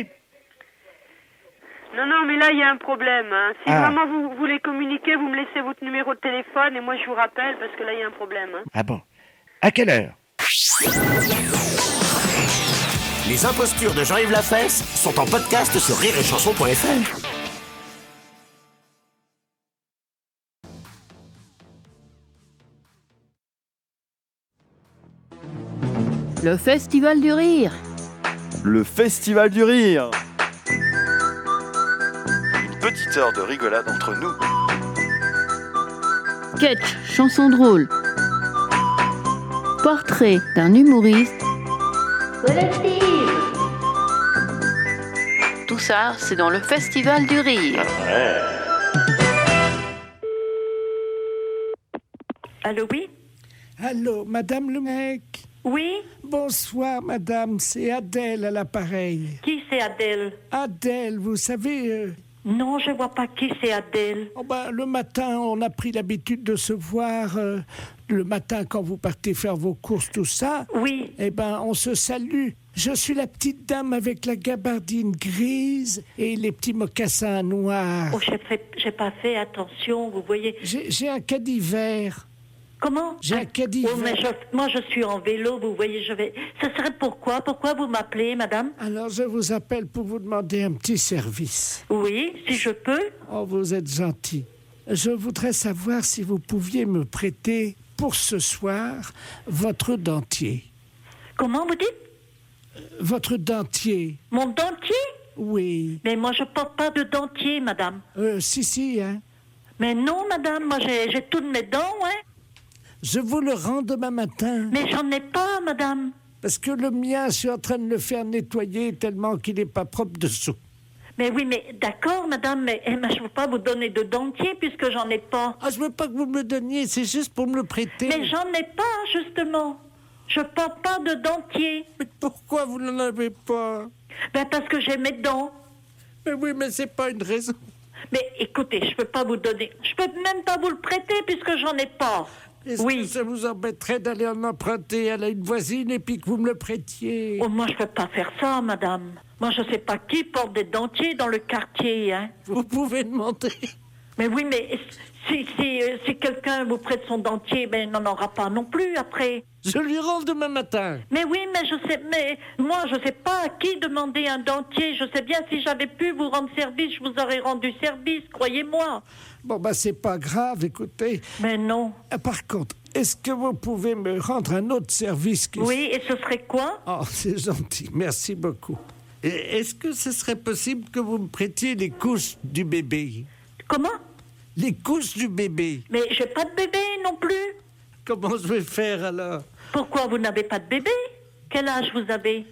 Non, mais là, il y a un problème. Hein. Si Ah. vraiment vous voulez communiquer, vous me laissez votre numéro de téléphone et moi je vous rappelle parce que là, il y a un problème. Hein. Ah bon ? À quelle heure ? Les impostures de Jean-Yves Lafesse sont en podcast sur rireetchanson.fr. Le Festival du Rire. Le Festival du Rire. Une petite heure de rigolade entre nous. Sketch, chanson drôle. Portrait d'un humoriste. Collective. Tout ça, c'est dans le Festival du Rire. Allô, oui? Allô, Madame le mec? Oui? Bonsoir, Madame, c'est Adèle à l'appareil. Qui c'est Adèle? Adèle, vous savez... Non, je vois pas qui c'est Adèle. Le matin, on a pris l'habitude de se voir. Le matin, quand vous partez faire vos courses, tout ça. Oui. On se salue. Je suis la petite dame avec la gabardine grise et les petits mocassins noirs. Oh, j'ai pas fait attention, vous voyez. J'ai un caddie vert. Comment? J'ai un caddie vert. Mais moi, je suis en vélo, vous voyez, Ça serait pourquoi? Pourquoi vous m'appelez, madame? Alors, je vous appelle pour vous demander un petit service. Oui, si je peux. Oh, vous êtes gentil. Je voudrais savoir si vous pouviez me prêter, pour ce soir, votre dentier. Comment vous dites? Votre dentier. Mon dentier? Oui. Mais moi, je porte pas de dentier, madame. Si, hein. Mais non, madame, moi, j'ai toutes mes dents, hein. Je vous le rends demain matin. Mais j'en ai pas, madame. Parce que le mien, je suis en train de le faire nettoyer tellement qu'il n'est pas propre dessous. Mais oui, mais d'accord, madame, mais je ne veux pas vous donner de dentier puisque j'en ai pas. Ah, je veux pas que vous me le donniez, c'est juste pour me le prêter. Mais j'en ai pas, justement. Je porte pas de dentier. Mais pourquoi vous n'en avez pas? Parce que j'ai mes dents. Mais oui, mais c'est pas une raison. Mais écoutez, je peux pas vous donner. Je peux même pas vous le prêter puisque j'en ai pas. Est-ce que ça vous embêterait d'aller en emprunter à une voisine et puis que vous me le prêtiez? Oh, moi, je peux pas faire ça, madame. Moi, je sais pas qui porte des dentiers dans le quartier, hein. Vous pouvez demander. Mais oui, mais si quelqu'un vous prête son dentier, il n'en aura pas non plus après. Je lui rends demain matin. Mais oui, mais moi, je sais pas à qui demander un dentier. Je sais bien, si j'avais pu vous rendre service, je vous aurais rendu service, croyez-moi. Bon, c'est pas grave, écoutez. Mais non. Par contre, est-ce que vous pouvez me rendre un autre service Oui, et ce serait quoi? Oh, c'est gentil, merci beaucoup. Est-ce que ce serait possible que vous me prêtiez les couches du bébé? Comment? Les couches du bébé. Mais j'ai pas de bébé non plus. Comment je vais faire alors? Pourquoi vous n'avez pas de bébé? Quel âge vous avez?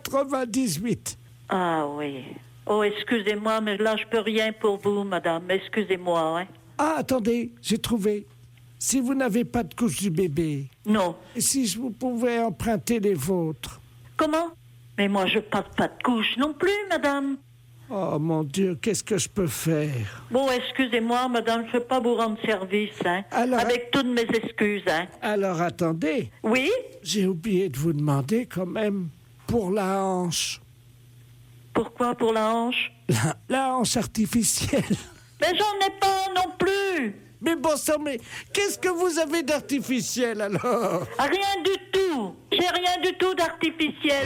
98. Ah oui. Oh, excusez-moi, mais là, je peux rien pour vous, madame. Excusez-moi, hein. Ah, attendez, j'ai trouvé. Si vous n'avez pas de couche du bébé... Non. Et si je vous pouvais emprunter les vôtres? Comment? Mais moi, je porte pas de couche non plus, madame. Oh, mon Dieu, qu'est-ce que je peux faire? Bon, excusez-moi, madame, je ne peux pas vous rendre service, hein. Alors, avec toutes mes excuses, hein. Alors, attendez. Oui? J'ai oublié de vous demander, quand même, pour la hanche. Pourquoi pour la hanche? La hanche artificielle. Mais j'en ai pas non plus. Mais bon sang, mais qu'est-ce que vous avez d'artificiel, alors? Rien du tout. J'ai rien du tout d'artificiel.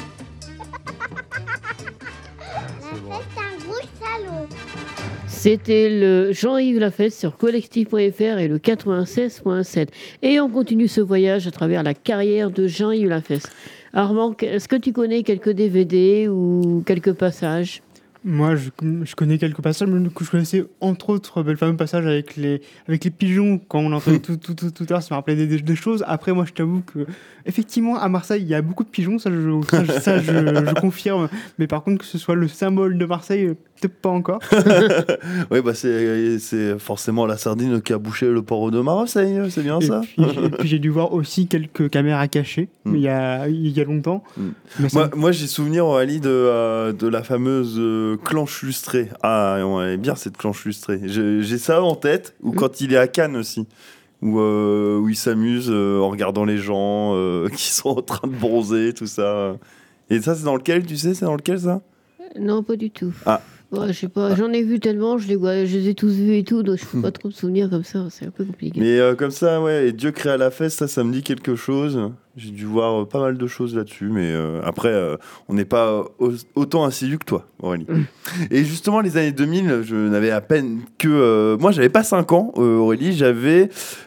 C'est un gros salaud. C'était le Jean-Yves Lafesse sur collectif.fr et le 96.7. Et on continue ce voyage à travers la carrière de Jean-Yves Lafesse. Armand, est-ce que tu connais quelques DVD ou quelques passages? Moi, je connais quelques passages, mais je connaissais entre autres le fameux passage avec les pigeons, quand on l'entendait tout à l'heure, ça me rappelait des choses. Après, moi, je t'avoue que, effectivement, à Marseille, il y a beaucoup de pigeons, ça je confirme. Mais par contre, que ce soit le symbole de Marseille, peut-être pas encore. Oui, c'est forcément la sardine qui a bouché le port de Marseille, c'est bien ça. Et puis j'ai dû voir aussi quelques caméras cachées, mais il y a longtemps. Moi, j'ai souvenir, Ali, de la fameuse clanche lustrée. Ah, on aimait bien cette clanche lustrée. J'ai ça en tête, ou quand il est à Cannes aussi, où il s'amuse en regardant les gens qui sont en train de bronzer, tout ça. Et ça, c'est dans lequel, tu sais, c'est dans lequel ça? Non, pas du tout. Ah. Ouais, je sais pas, j'en ai vu tellement, je les ai tous vus et tout, donc je peux pas trop me souvenir comme ça, c'est un peu compliqué. Mais comme ça, ouais, et Dieu créa la fête, ça me dit quelque chose. J'ai dû voir pas mal de choses là-dessus, mais après, on n'est pas autant assidu que toi, Aurélie. Et justement, les années 2000, je n'avais à peine que... moi, j'avais pas 5 ans, Aurélie, j'avais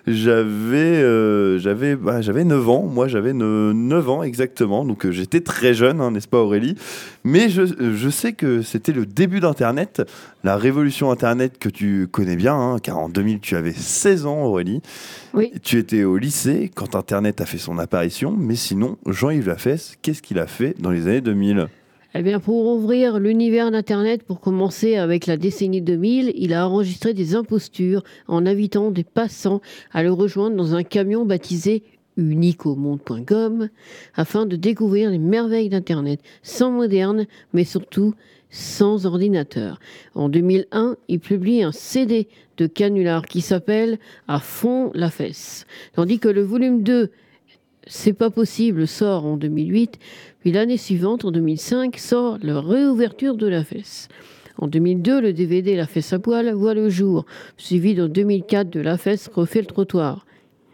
9 ans. Moi, j'avais 9 ans, exactement. Donc, j'étais très jeune, hein, n'est-ce pas, Aurélie? Mais je sais que c'était le début d'Internet, la révolution Internet que tu connais bien, hein, car en 2000, tu avais 16 ans, Aurélie. Oui. Tu étais au lycée quand Internet a fait son apparition, mais sinon, Jean-Yves Lafesse, qu'est-ce qu'il a fait dans les années 2000 ? Eh bien, pour ouvrir l'univers d'Internet, pour commencer avec la décennie 2000, il a enregistré des impostures en invitant des passants à le rejoindre dans un camion baptisé uniqueaumonde.com afin de découvrir les merveilles d'Internet, sans moderne, mais surtout sans ordinateur. En 2001, il publie un CD de canular qui s'appelle « À fond la fesse », tandis que le volume 2, « C'est pas possible », sort en 2008, puis l'année suivante, en 2005, sort la réouverture de la fesse. En 2002, le DVD La fesse à poil voit le jour, suivi en 2004 de La fesse refait le trottoir.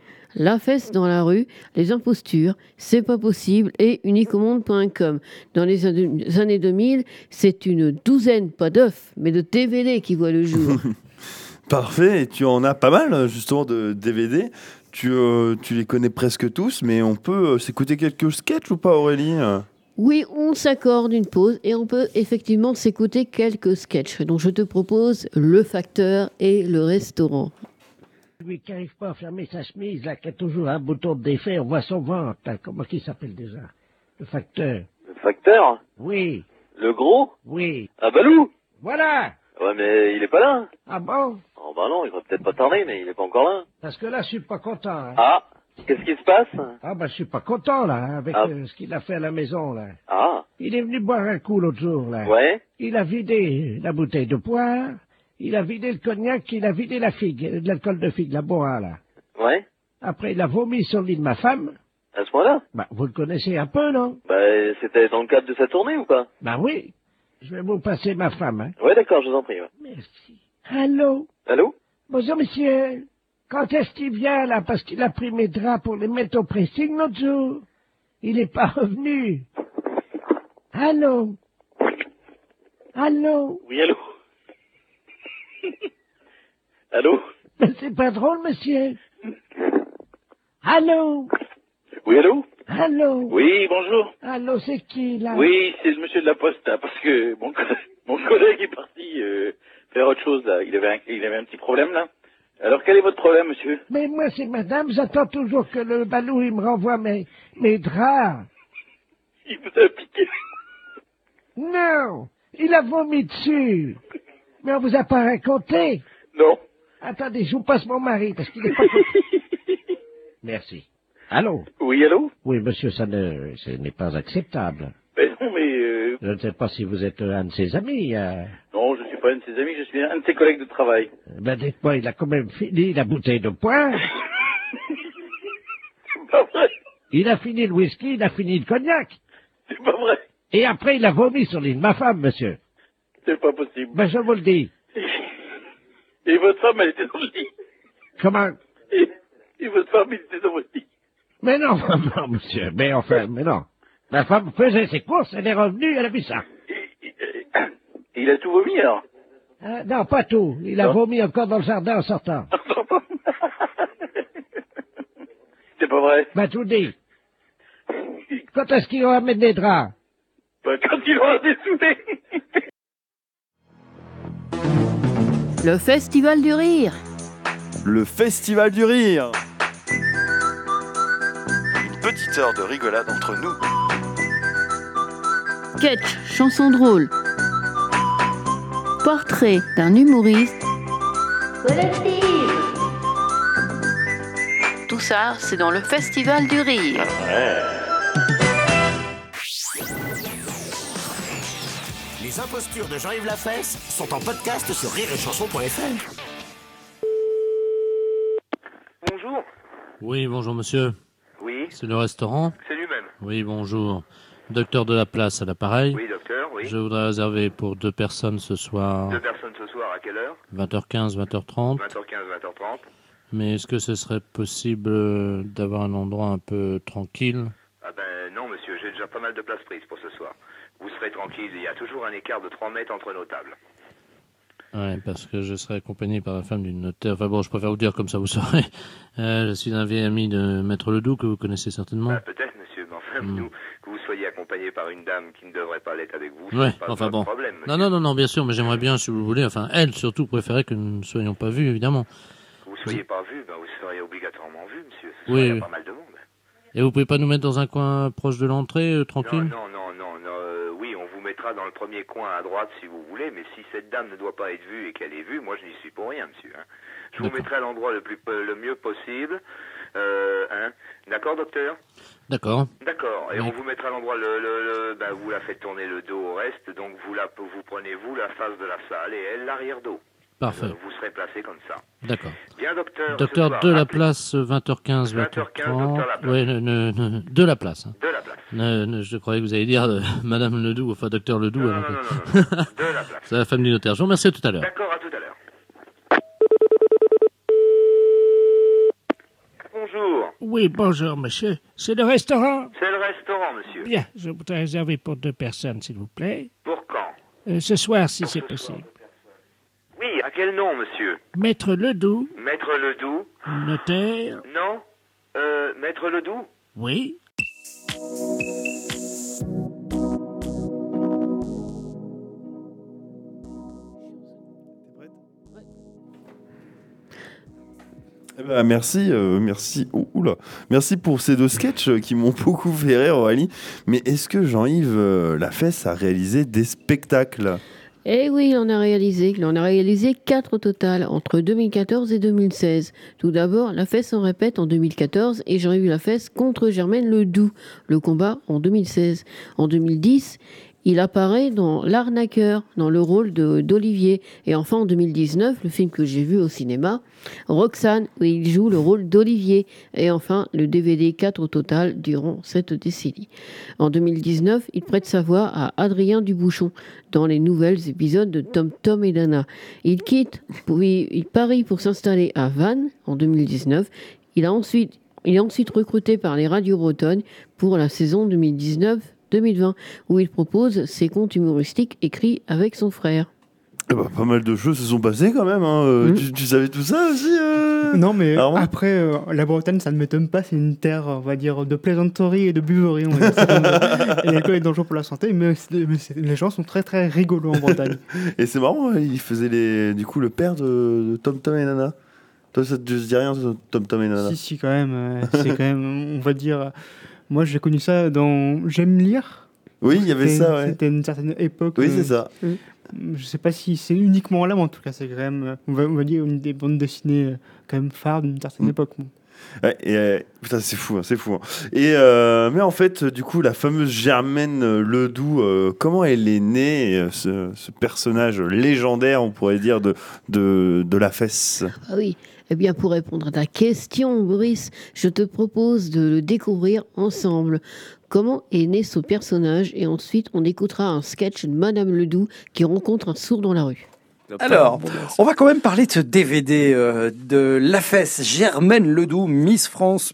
La fesse dans la rue, les impostures, c'est pas possible et uniqueaumonde.com. Dans les années 2000, c'est une douzaine, pas d'œufs, mais de DVD qui voient le jour. Parfait, et tu en as pas mal justement de DVD. Tu les connais presque tous, mais on peut s'écouter quelques sketchs ou pas, Aurélie ? Oui, on s'accorde une pause et on peut effectivement s'écouter quelques sketchs. Donc je te propose Le Facteur et le Restaurant. Lui qui n'arrive pas à fermer sa chemise, là, qui a toujours un bouton de défait, on voit son ventre. Là. Comment il s'appelle déjà? Le facteur. Le facteur? Oui. Le gros? Oui. Ah, Balou? Voilà. Ouais, mais il est pas là. Ah bon? Oh, bah non, il va peut-être pas tarder, mais il est pas encore là. Parce que là, je suis pas content. Hein. Ah, qu'est-ce qui se passe? Ah, bah, je suis pas content, là, hein, avec ce qu'il a fait à la maison, là. Ah. Il est venu boire un coup l'autre jour, là. Ouais. Il a vidé la bouteille de poire. Il a vidé le cognac, il a vidé la figue, de l'alcool de figue, la boa, là. Ouais. Après, il a vomi sur le lit de ma femme. À ce moment-là? Bah, vous le connaissez un peu, non? Bah, c'était dans le cadre de sa tournée ou pas? Bah oui. Je vais vous passer ma femme, hein. Ouais, d'accord, je vous en prie, ouais. Merci. Allô? Allô? Bonjour, monsieur. Quand est-ce qu'il vient, là? Parce qu'il a pris mes draps pour les mettre au pressing l'autre jour. Il n'est pas revenu. Allô? Allô? Oui, allô? Allô? Mais c'est pas drôle, monsieur. Allô? Oui, allô? Allô? Oui, bonjour. Allô, c'est qui, là? Oui, c'est le monsieur de la poste, là, parce que mon collègue est parti faire autre chose, là. Il avait un petit problème, là. Alors, quel est votre problème, monsieur? Mais moi, c'est madame, j'attends toujours que le Balou, il me renvoie mes draps. Il vous a piqué. Non, il a vomi dessus. Mais on vous a pas raconté? Non. Attendez, je vous passe mon mari, parce qu'il n'est pas content. Merci. Allô? Oui, allô? Oui, monsieur, ce n'est pas acceptable. Ben non, mais... Je ne sais pas si vous êtes un de ses amis. Non, je ne suis pas un de ses amis, je suis un de ses collègues de travail. Ben dites-moi, il a quand même fini la bouteille de poire. C'est pas vrai. Il a fini le whisky, il a fini le cognac. C'est pas vrai. Et après, il a vomi sur l'île de ma femme, monsieur. C'est pas possible. Ben, je vous le dis. Et votre femme, elle était dans le lit. Comment? Et votre femme, elle était dans votre lit. Mais non, non, monsieur. Mais enfin, mais non. Ma femme faisait ses courses, elle est revenue, elle a vu ça. Il a tout vomi, alors? Non, pas tout. Il a vomi encore dans le jardin en sortant. C'est pas vrai. Ben, tout dit. Quand est-ce qu'il va mettre des draps? Ben, quand il aura dessoudé. Le Festival du Rire. Le Festival du Rire. Une petite heure de rigolade entre nous. Sketch, chanson drôle. Portrait d'un humoriste. Collective. Tout ça, c'est dans le Festival du Rire. Les impostures de Jean-Yves Lafesse sont en podcast sur rireetchanson.fr. Bonjour. Oui, bonjour monsieur. Oui. C'est le restaurant? C'est lui-même. Oui, bonjour. Docteur de la place à l'appareil. Oui, docteur, oui. Je voudrais réserver pour 2 personnes ce soir. 2 personnes ce soir, à quelle heure? 20h15, 20h30. 20h15, 20h30. Mais est-ce que ce serait possible d'avoir un endroit un peu tranquille? Ah ben non, monsieur, j'ai déjà pas mal de place prise pour ce soir. Vous serez tranquille, il y a toujours un écart de 3 mètres entre nos tables. Ouais, parce que je serai accompagné par la femme d'une notaire. Enfin bon, je préfère vous dire comme ça, vous saurez. Je suis un vieil ami de Maître Ledoux, que vous connaissez certainement. Peut-être, monsieur, mais enfin, nous, que vous soyez accompagné par une dame qui ne devrait pas l'être avec vous, Ouais, c'est pas enfin votre bon. problème. Monsieur. Non, bien sûr, mais j'aimerais bien, si vous voulez, enfin, elle surtout préférait que nous ne soyons pas vus, évidemment. Que vous ne soyez pas vu, ben vous serez obligatoirement vu, monsieur. Oui, Il y a oui. pas mal de monde. Et vous pouvez pas nous mettre dans un coin proche de l'entrée, tranquille? Non, oui, on vous mettra dans le premier coin à droite si vous voulez, mais si cette dame ne doit pas être vue et qu'elle est vue, moi je n'y suis pour rien, monsieur. Hein. Je vous mettrai à l'endroit le mieux possible. D'accord, docteur? D'accord. D'accord, et Oui. on vous mettra à l'endroit, vous la faites tourner le dos au reste, donc vous prenez vous la face de la salle et elle l'arrière-dos. Parfait. Vous serez placé comme ça. D'accord. Bien, docteur. Docteur, ce soir, de la appelez- place, 20h15, 20h30. Oui, de la place. Hein. De la place. Je croyais que vous alliez dire Madame Ledoux, enfin Docteur Ledoux. Non, alors non, que- non, de la place. C'est la femme du notaire. Je vous remercie, à tout à l'heure. D'accord, à tout à l'heure. Bonjour. Oui, bonjour, monsieur. C'est le restaurant? C'est le restaurant, monsieur. Bien, je voudrais réserver pour 2 personnes, s'il vous plaît. Pour quand? Ce soir, si c'est possible. Oui, à quel nom, monsieur? Maître Ledoux, Maître Ledoux? notaire. Non? Maître Ledoux? Oui. Eh ben, merci. Merci pour ces 2 sketchs qui m'ont beaucoup fait rire, Aurélie. Mais est-ce que Jean-Yves Lafesse a réalisé des spectacles? Eh oui, il en a réalisé 4 au total, entre 2014 et 2016. Tout d'abord, Lafesse en répète en 2014 et Jean-Yves Lafesse contre Germaine Ledoux, le combat en 2016. En 2010, il apparaît dans L'Arnaqueur, dans le rôle d'Olivier. Et enfin, en 2019, le film que j'ai vu au cinéma, Roxane, où il joue le rôle d'Olivier. Et enfin, le DVD 4 au total durant cette décennie. En 2019, il prête sa voix à Adrien Dubouchon dans les nouvelles épisodes de Tom Tom et Nana. Il parie pour s'installer à Vannes en 2019. Il est ensuite recruté par les radios bretonnes pour la saison 2019-2020, où il propose ses contes humoristiques écrits avec son frère. Pas mal de choses se sont passées quand même. Hein. Tu savais tout ça aussi Non, mais Armand après, la Bretagne, ça ne m'étonne pas. C'est une terre, on va dire, de plaisanterie et de buverie. On va dire. Et l'alcool est dangereux pour la santé, mais les gens sont très très rigolos en Bretagne. Et c'est marrant, il faisait le père de Tom Tom et Nana. Toi, ça te dit rien, Tom Tom et Nana? Si, quand même. C'est quand même, on va dire... Moi, j'ai connu ça dans J'aime lire. Oui, il y avait ça, ouais. C'était une certaine époque. Oui, c'est ça. Je sais pas si c'est uniquement là, mais en tout cas, c'est quand même, on va dire, une des bandes dessinées quand même phares d'une certaine époque. Ouais, et putain, c'est fou. Hein. Et mais en fait, du coup, la fameuse Germaine Ledoux, comment elle est née, ce personnage légendaire, on pourrait dire, de Lafesse? Ah oui. Eh bien, pour répondre à ta question, Brice, je te propose de le découvrir ensemble. Comment est né ce personnage? Et ensuite, on écoutera un sketch de Madame Ledoux qui rencontre un sourd dans la rue. Alors, on va quand même parler de ce DVD de Lafesse, Germaine Ledoux, Miss France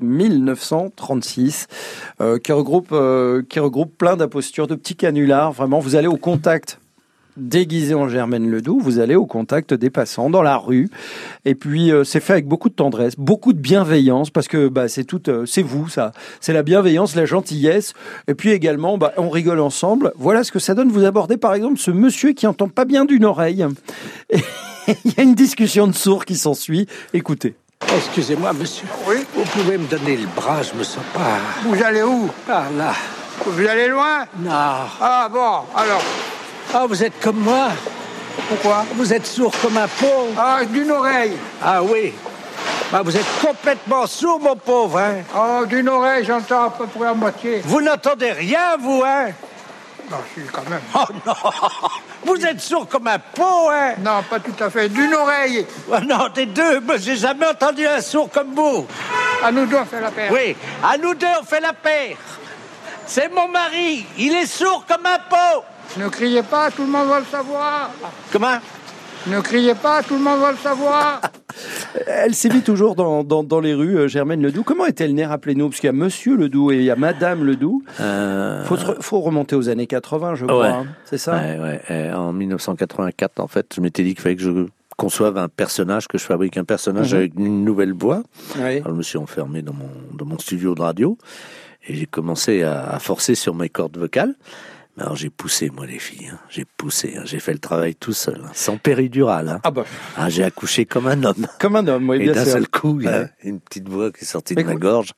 1936, qui regroupe plein d'impostures, de petits canulars. Vraiment, vous allez au contact, déguisé en Germaine Ledoux, vous allez au contact des passants dans la rue. Et puis, c'est fait avec beaucoup de tendresse, beaucoup de bienveillance, parce que c'est vous, ça. C'est la bienveillance, la gentillesse. Et puis également, on rigole ensemble. Voilà ce que ça donne. Vous abordez par exemple ce monsieur qui entend pas bien d'une oreille. Et il y a une discussion de sourds qui s'ensuit. Écoutez. Excusez-moi, monsieur. Oui. Vous pouvez me donner le bras, je me sens pas. Vous allez où? Par là. Vous allez loin? Non. Ah bon, alors. Ah, vous êtes comme moi. Pourquoi? Vous êtes sourd comme un pauvre. Ah, d'une oreille. Ah oui. Vous êtes complètement sourd, mon pauvre, hein. Oh, d'une oreille, j'entends à peu près à moitié. Vous n'entendez rien, vous, hein? Non, si, quand même. Oh non. Vous êtes sourd comme un pot, hein? Non, pas tout à fait. D'une oreille. Oh non, des deux. Mais j'ai jamais entendu un sourd comme vous. À nous deux, on fait la paire. Oui, à nous deux, on fait la paire. C'est mon mari. Il est sourd comme un pot. Ne criez pas, tout le monde va le savoir. Comment? Ne criez pas, tout le monde va le savoir. Elle sévit toujours dans les rues, Germaine Ledoux. Comment est-elle née, rappelez-nous? Parce qu'il y a Monsieur Ledoux et il y a Madame Ledoux. Faut remonter aux années 80, je crois. Hein. C'est ça? Ouais. En 1984, en fait, je m'étais dit qu'il fallait que je conçoive un personnage, que je fabrique un personnage avec une nouvelle voix. Ouais. Alors, je me suis enfermé dans mon studio de radio et j'ai commencé à forcer sur mes cordes vocales. Alors j'ai poussé, moi, les filles. Hein. J'ai poussé. Hein. J'ai fait le travail tout seul, hein. Sans péridurale. Hein. J'ai accouché comme un homme. Comme un homme, oui, bien sûr. Et d'un seul coup, il y a une petite voix qui est sortie de ma gorge.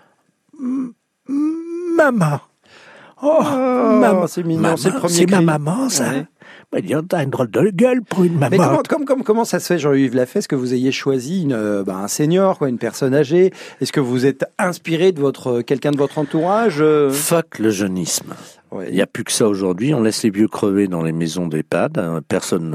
Maman. Maman. C'est mignon, c'est le premier cri. Ma maman, ça. Ouais. Bah, dis, t'as une drôle de gueule pour une maman. Mais comment ça se fait, Jean-Yves Lafesse, que vous ayez choisi un senior, une personne âgée? Est-ce que vous êtes inspiré de quelqu'un de votre entourage? Fuck le jeunisme. Il n'y a plus que ça aujourd'hui. On laisse les vieux crever dans les maisons d'EHPAD. Personne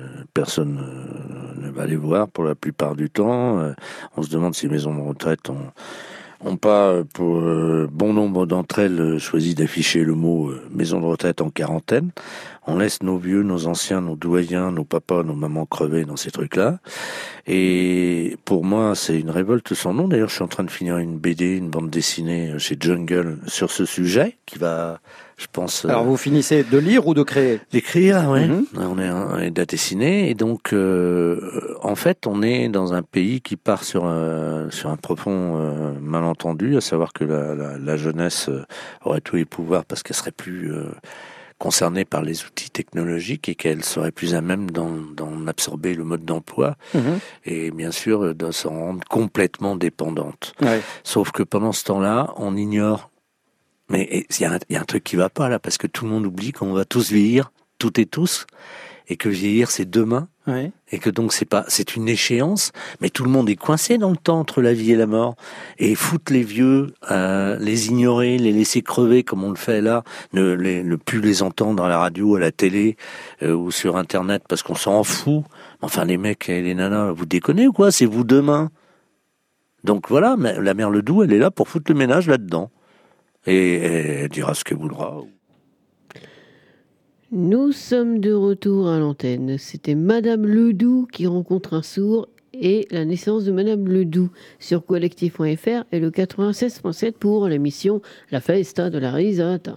ne va les voir pour la plupart du temps. On se demande si les maisons de retraite ont pas, pour bon nombre d'entre elles, choisi d'afficher le mot maison de retraite en quarantaine. On laisse nos vieux, nos anciens, nos doyens, nos papas, nos mamans crever dans ces trucs-là. Et pour moi, c'est une révolte sans nom. D'ailleurs, je suis en train de finir une BD, une bande dessinée chez Jungle sur ce sujet qui va, je pense... Alors, vous finissez de lire ou de créer? D'écrire, oui. On est de dessiner. Et donc, en fait, on est dans un pays qui part sur un profond malentendu, à savoir que la jeunesse aurait tous les pouvoirs parce qu'elle serait plus... concernée par les outils technologiques et qu'elle serait plus à même d'en absorber le mode d'emploi et bien sûr de s'en rendre complètement dépendante. Ouais. Sauf que pendant ce temps-là, on ignore. Mais il y a un truc qui va pas là, parce que tout le monde oublie qu'on va tous vieillir, toutes et tous, et que vieillir c'est demain. Ouais. Et que donc c'est une échéance, mais tout le monde est coincé dans le temps entre la vie et la mort. Et foutre les vieux, les ignorer, les laisser crever comme on le fait là, ne plus les entendre à la radio, à la télé ou sur Internet parce qu'on s'en fout. Enfin les mecs et les nanas, vous déconnez ou quoi? C'est vous demain. Donc voilà, la mère Ledoux, elle est là pour foutre le ménage là-dedans. Et elle dira ce qu'elle voudra. Nous sommes de retour à l'antenne. C'était Madame Ledoux qui rencontre un sourd et la naissance de Madame Ledoux sur collectif.fr et le 96.7 pour l'émission La Festa de la Risata.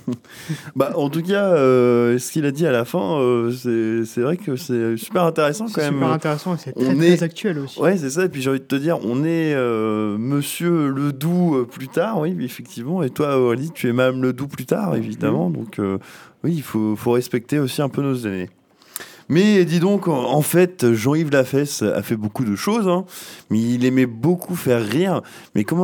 En tout cas, ce qu'il a dit à la fin, c'est vrai que c'est super intéressant quand même. C'est super intéressant et c'est très actuel aussi. Ouais, c'est ça. Et puis j'ai envie de te dire, on est Monsieur Ledoux plus tard, oui, effectivement. Et toi, Aurélie, tu es Madame Ledoux plus tard, évidemment. Donc oui, il faut respecter aussi un peu nos aînés. Mais dis donc, en fait, Jean-Yves Lafesse a fait beaucoup de choses, hein, mais il aimait beaucoup faire rire. Mais comment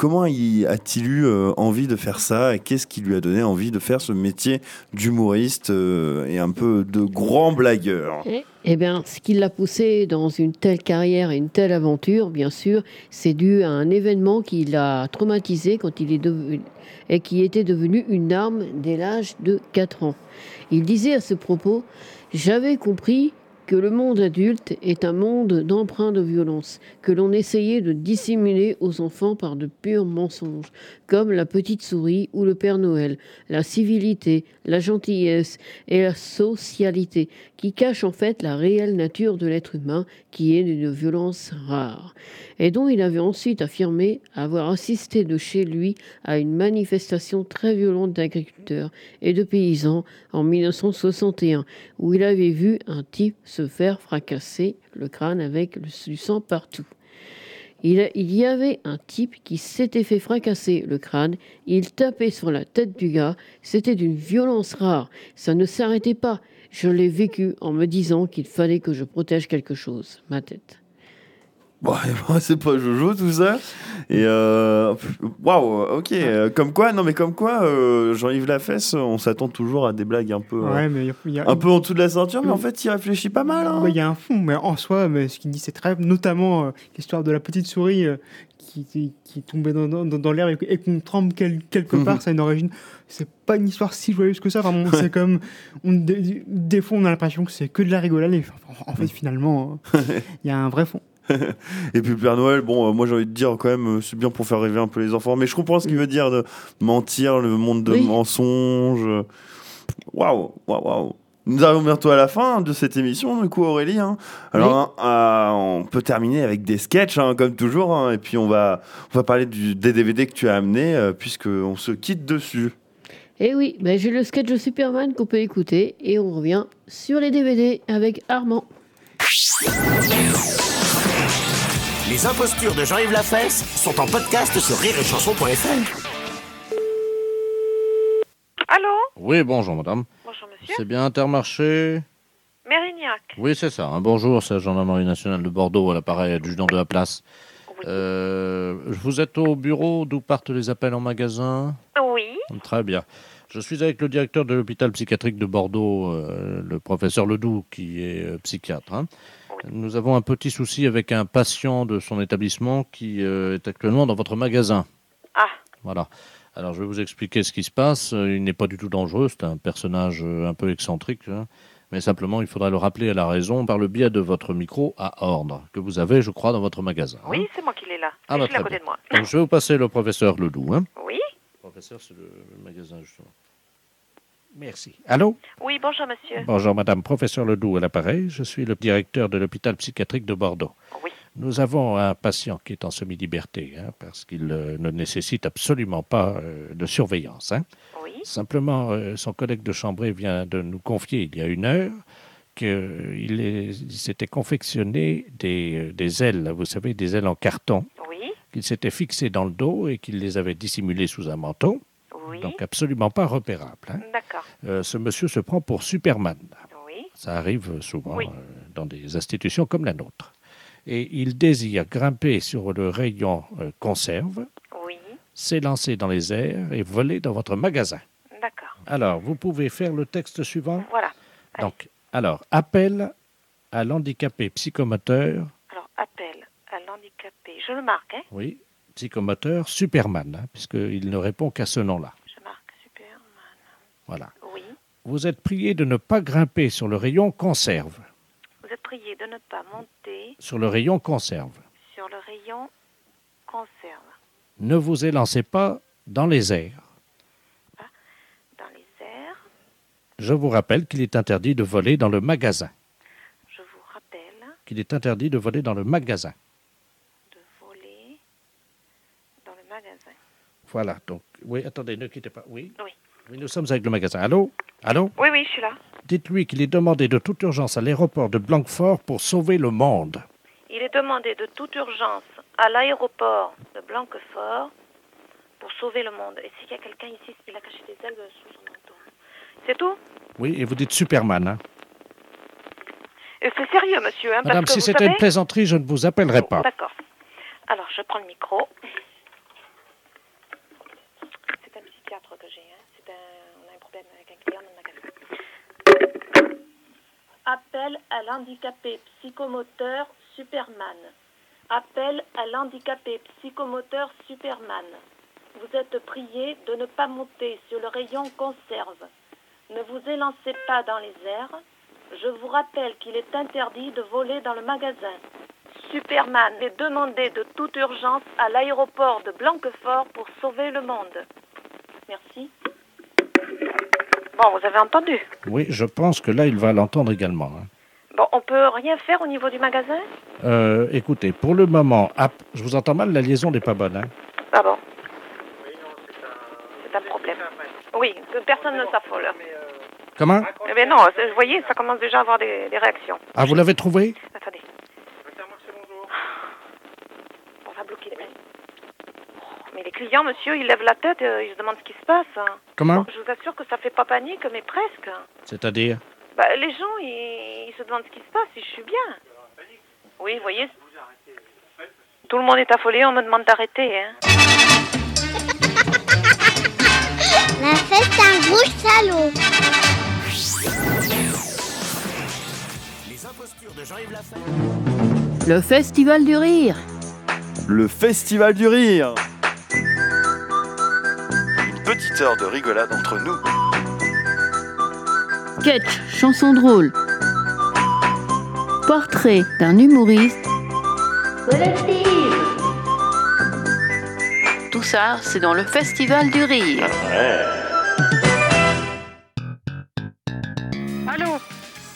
a-t-il eu envie de faire ça? Et qu'est-ce qui lui a donné envie de faire ce métier d'humoriste et un peu de grand blagueur? Eh bien, ce qui l'a poussé dans une telle carrière et une telle aventure, bien sûr, c'est dû à un événement qui l'a traumatisé quand il est devenu et qui était devenu une arme dès l'âge de 4 ans. Il disait à ce propos: « J'avais compris que le monde adulte est un monde d'empreintes de violence, que l'on essayait de dissimuler aux enfants par de purs mensonges, comme la petite souris ou le Père Noël, la civilité, la gentillesse et la socialité, qui cachent en fait la réelle nature de l'être humain, qui est d'une violence rare. » Et dont il avait ensuite affirmé avoir assisté de chez lui à une manifestation très violente d'agriculteurs et de paysans en 1961, où il avait vu un type se faire fracasser le crâne avec du sang partout. Il y avait un type qui s'était fait fracasser le crâne, il tapait sur la tête du gars, c'était d'une violence rare, ça ne s'arrêtait pas. Je l'ai vécu en me disant qu'il fallait que je protège quelque chose, ma tête. Bon, c'est pas Jojo tout ça. Et waouh, ok. Comme quoi, Jean-Yves Lafesse, on s'attend toujours à des blagues un peu, un peu en dessous de la ceinture, mais en fait, il réfléchit pas mal. Hein. Il y a un fond, mais en soi, ce qu'il dit, c'est très, notamment l'histoire de la petite souris qui tombait dans l'air et qu'on trempe quelque part, ça a une origine. C'est pas une histoire si joyeuse que ça. Enfin, c'est comme des fois, on a l'impression que c'est que de la rigolade. En fait, finalement, il y a un vrai fond. Et puis le Père Noël, moi j'ai envie de dire quand même, c'est bien pour faire rêver un peu les enfants, mais je comprends ce qu'il veut dire de mentir, le monde de mensonges. Waouh. Nous arrivons bientôt à la fin de cette émission, du coup, Aurélie. Hein. Alors, on peut terminer avec des sketchs, hein, comme toujours. Hein, et puis, on va parler des DVD que tu as amenés, puisqu'on se quitte dessus. Et oui, j'ai le sketch de Superman qu'on peut écouter. Et on revient sur les DVD avec Armand. Les impostures de Jean-Yves Lafesse sont en podcast sur rireetchanson.fr. Allô ? Oui, bonjour madame. Bonjour monsieur. C'est bien Intermarché ? Mérignac. Oui, c'est ça. Bonjour, c'est la Gendarmerie nationale de Bordeaux, à l'appareil adjudant de la place. Vous êtes au bureau d'où partent les appels en magasin ? Oui. Très bien. Je suis avec le directeur de l'hôpital psychiatrique de Bordeaux, le professeur Ledoux, qui est psychiatre. Hein. Nous avons un petit souci avec un patient de son établissement qui est actuellement dans votre magasin. Ah. Voilà. Alors, je vais vous expliquer ce qui se passe. Il n'est pas du tout dangereux. C'est un personnage un peu excentrique. Hein. Mais simplement, il faudra le rappeler à la raison par le biais de votre micro à ordre, que vous avez, je crois, dans votre magasin. Oui, hein. c'est moi qui l'ai là. Ah, je suis à côté de moi. Donc, je vais vous passer le professeur Ledoux. Hein. Oui. Le professeur, c'est le magasin, justement. Merci. Allô ? Oui, bonjour monsieur. Bonjour madame, professeur Ledoux à l'appareil. Je suis le directeur de l'hôpital psychiatrique de Bordeaux. Oui. Nous avons un patient qui est en semi-liberté, hein, parce qu'il ne nécessite absolument pas de surveillance. Hein. Oui. Simplement, son collègue de chambrée vient de nous confier il y a 1 heure qu'il s'était confectionné des ailes, vous savez, des ailes en carton, oui. qu'il s'était fixées dans le dos et qu'il les avait dissimulées sous un manteau. Oui. Donc absolument pas repérable. Hein. D'accord. Ce monsieur se prend pour Superman. Oui. Ça arrive souvent oui. Dans des institutions comme la nôtre. Et il désire grimper sur le rayon conserve, oui. s'élancer dans les airs et voler dans votre magasin. D'accord. Alors, vous pouvez faire le texte suivant. Voilà. Donc, alors, appel à l'handicapé psychomoteur. Alors, appel à l'handicapé. Je le marque, hein ? Oui. Psychomoteur Superman, hein, puisqu'il ne répond qu'à ce nom-là. Je marque Superman. Voilà. Oui. Vous êtes prié de ne pas grimper sur le rayon conserve. Vous êtes prié de ne pas monter sur le rayon conserve. Sur le rayon conserve. Ne vous élancez pas dans les airs. Dans les airs. Je vous rappelle qu'il est interdit de voler dans le magasin. Je vous rappelle qu'il est interdit de voler dans le magasin. Voilà, donc, oui, attendez, ne quittez pas. Oui. Oui. Oui, nous sommes avec le magasin. Allô ? Allô ? Oui, oui, je suis là. Dites-lui qu'il est demandé de toute urgence à l'aéroport de Blanquefort pour sauver le monde. Il est demandé de toute urgence à l'aéroport de Blanquefort pour sauver le monde. Et s'il y a quelqu'un ici, il a caché des ailes sous son manteau. C'est tout ? Oui, et vous dites Superman, hein ? Et c'est sérieux, monsieur, hein, Madame, parce que si c'était une plaisanterie, je ne vous appellerai pas. D'accord. Alors, je prends le micro. C'est un psychiatre que j'ai, hein. On a un problème avec un client dans le magasin. Appel à l'handicapé psychomoteur Superman. Appel à l'handicapé psychomoteur Superman. Vous êtes prié de ne pas monter sur le rayon conserve. Ne vous élancez pas dans les airs. Je vous rappelle qu'il est interdit de voler dans le magasin. Superman est demandé de toute urgence à l'aéroport de Blanquefort pour sauver le monde. Merci. Bon, vous avez entendu ? Oui, je pense que là, il va l'entendre également. Hein. Bon, on peut rien faire au niveau du magasin ? Écoutez, pour le moment, je vous entends mal, la liaison n'est pas bonne. Hein. Ah bon ? C'est un problème. Oui, que personne ne s'affole. Comment ? Eh bien non, vous voyez, ça commence déjà à avoir des réactions. Ah, vous l'avez trouvé ? Attendez. On va bloquer les mails. Mais les clients, monsieur, ils lèvent la tête, ils se demandent ce qui se passe. Comment ? Bon, je vous assure que ça fait pas panique, mais presque. C'est-à-dire ? Les gens, ils se demandent ce qui se passe, si je suis bien. Oui, vous voyez. Tout le monde est affolé, on me demande d'arrêter. Hein. La fête, c'est un gros salaud. Les impostures de Jean-Yves Lafesse. Le Festival du Rire. Le Festival du Rire. Une petite heure de rigolade entre nous. Sketch, chanson drôle. Portrait d'un humoriste. Collective. Tout ça, c'est dans le Festival du Rire. Allô ?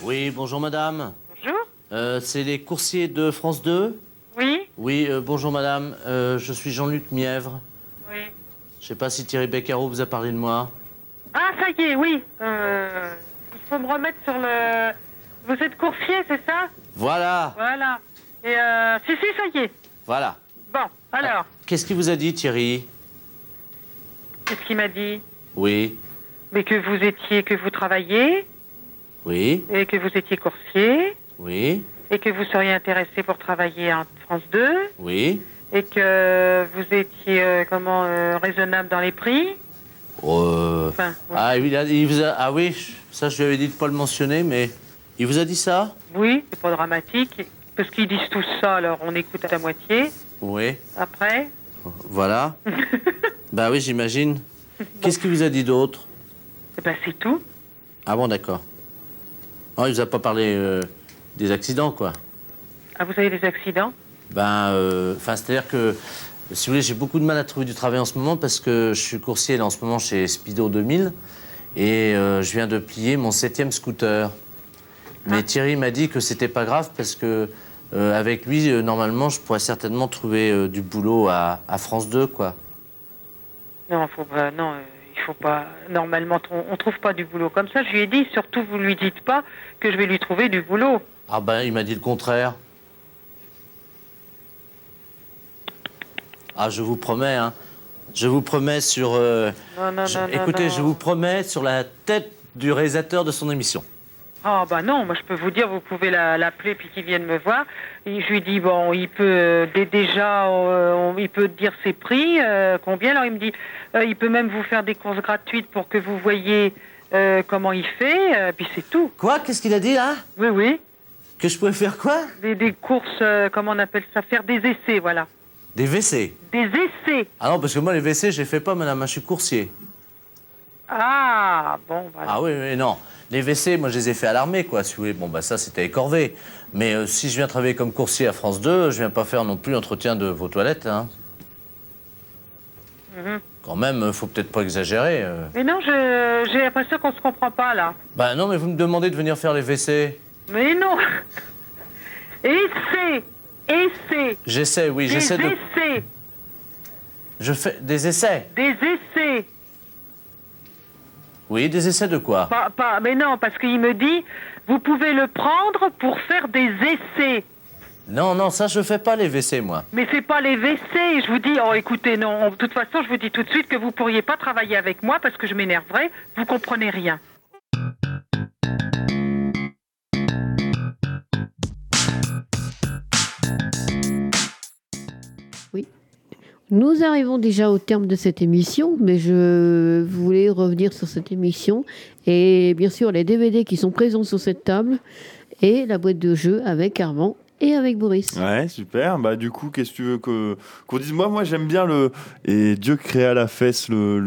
Oui, bonjour madame. Bonjour. C'est les coursiers de France 2 ? Oui. Oui, bonjour madame. Je suis Jean-Luc Mièvre. Oui. Je sais pas si Thierry Beccaro vous a parlé de moi. Ah, ça y est, oui. Il faut me remettre sur le... Vous êtes coursier, c'est ça? Voilà. Voilà. Et si, ça y est. Voilà. Bon, alors. Qu'est-ce qu'il vous a dit, Thierry? Qu'est-ce qu'il m'a dit? Oui. Mais que vous travailliez. Oui. Et que vous étiez coursier. Oui. Et que vous seriez intéressé pour travailler en France 2. Oui. Et que vous étiez, raisonnable dans les prix. Enfin, oui. Ah, il vous a... Ah oui, ça je lui avais dit de pas le mentionner, mais il vous a dit ça? Oui, c'est pas dramatique. Parce qu'ils disent tout ça, alors on écoute à moitié. Oui. Après. Voilà. Bah oui, j'imagine. Bon. Qu'est-ce qu'il vous a dit d'autre? Ben c'est tout. Ah bon, d'accord. Non, il vous a pas parlé des accidents, quoi. Ah, vous avez des accidents? C'est-à-dire que, si vous voulez, j'ai beaucoup de mal à trouver du travail en ce moment parce que je suis coursier là en ce moment chez Speedo 2000 et je viens de plier mon 7e scooter. Mais Thierry m'a dit que c'était pas grave parce que avec lui, normalement, je pourrais certainement trouver du boulot à France 2, quoi. Non, il faut pas. Normalement, on trouve pas du boulot comme ça. Je lui ai dit, surtout, vous lui dites pas que je vais lui trouver du boulot. Ah ben, il m'a dit le contraire. Ah, je vous promets, hein. Je vous promets sur... Écoutez, je vous promets sur la tête du réalisateur de son émission. Ah bah non, moi je peux vous dire, vous pouvez l'appeler puis qu'il vienne me voir. Et je lui dis, bon, il peut il peut dire ses prix, combien. Alors il me dit, il peut même vous faire des courses gratuites pour que vous voyez comment il fait, puis c'est tout. Quoi? Qu'est-ce qu'il a dit là? Oui, oui. Que je pouvais faire quoi? Des courses, comment on appelle ça? Faire des essais, voilà. Des WC? Des essais. Ah non, parce que moi les WC, je les fais pas, madame, je suis coursier. Ah, bon, voilà. Ah oui, mais non. Les WC, moi, je les ai fait à l'armée, quoi, si vous voulez. Bon, bah ça, c'était écorvé. Mais si je viens travailler comme coursier à France 2, je viens pas faire non plus l'entretien de vos toilettes, hein. Quand même, faut peut-être pas exagérer. Mais non, j'ai l'impression qu'on se comprend pas, là. Bah non, mais vous me demandez de venir faire les WC. Mais non. Essais. J'essaie, oui, j'essaie de... Des essais. Je fais des essais. Des essais. Oui, des essais de quoi? Mais non, parce qu'il me dit, vous pouvez le prendre pour faire des essais. Non, ça je fais pas les WC, moi. Mais c'est pas les WC, je vous dis, oh écoutez, non, de toute façon, je vous dis tout de suite que vous pourriez pas travailler avec moi parce que je m'énerverais, vous comprenez rien. Oui. Nous arrivons déjà au terme de cette émission, mais je voulais revenir sur cette émission et bien sûr les DVD qui sont présents sur cette table et la boîte de jeux avec Armand et avec Boris. Ouais, super. Bah du coup, qu'est-ce que tu veux qu'on dise? Moi j'aime bien le et Dieu créa la fesse,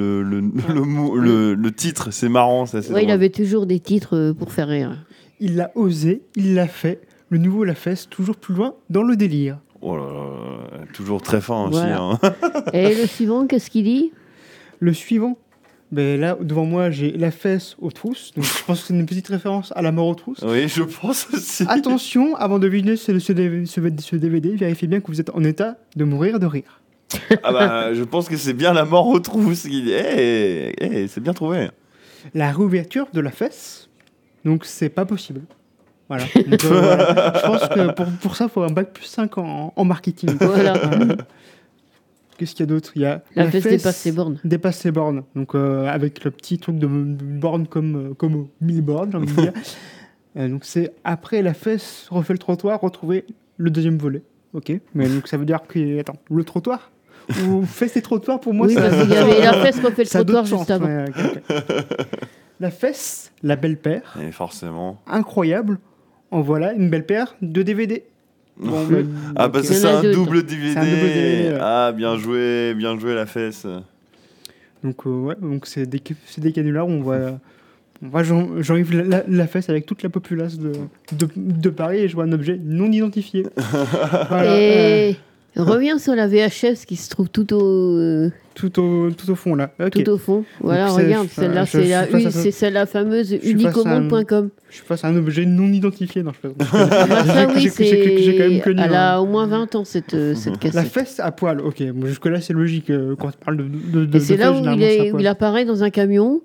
le titre, c'est marrant ça. Ouais, il avait toujours des titres pour faire rire. Il l'a osé, il l'a fait. Le nouveau La Fesse, toujours plus loin dans le délire. Oh là là, toujours très fin aussi. Voilà. Hein. Et le suivant, qu'est-ce qu'il dit? Le suivant, ben là, devant moi, j'ai La Fesse aux trousses. Donc je pense que c'est une petite référence à la mort aux trousses. Oui, je pense aussi. Attention, avant de vider ce DVD, vérifiez bien que vous êtes en état de mourir de rire. Ah bah, je pense que c'est bien la mort aux trousses. C'est bien trouvé. La réouverture de La Fesse, donc c'est pas possible. Voilà. Donc, voilà. Je pense que pour ça, il faut un bac plus 5 en marketing. Voilà. Qu'est-ce qu'il y a d'autre? Il y a La fesse dépasse les bornes. Dépasse les bornes. Donc, avec le petit truc de borne comme 1000 bornes, j'ai envie de dire. Donc, c'est après La Fesse refait le trottoir, retrouver le deuxième volet. Ok. Mais donc, ça veut dire que. Attends, le trottoir ou fesse et trottoir pour moi? Oui, parce qu'il y avait La Fesse refait le trottoir juste avant. Ouais, okay. La Fesse, la belle paire. Et forcément. Incroyable. En voilà une belle paire de DVD. Bon, ah bah c'est un double DVD. C'est un double DVD, ouais. Ah bien joué La Fesse. Donc ouais, donc c'est des canulars où on voit Jean-Yves la Fesse avec toute la populace de Paris et je vois un objet non identifié. Voilà. Reviens sur la VHS qui se trouve tout au fond là. Okay. Tout au fond. Voilà, donc, regarde, celle-là, c'est celle-là fameuse unicommande.com. Je suis face à un objet non identifié. Non, ça, oui, j'ai quand même connu. Elle a au moins 20 ans cette cassette. La fesse à poil, ok. Bon, jusque-là, c'est logique quand on parle de et c'est là où il apparaît dans un camion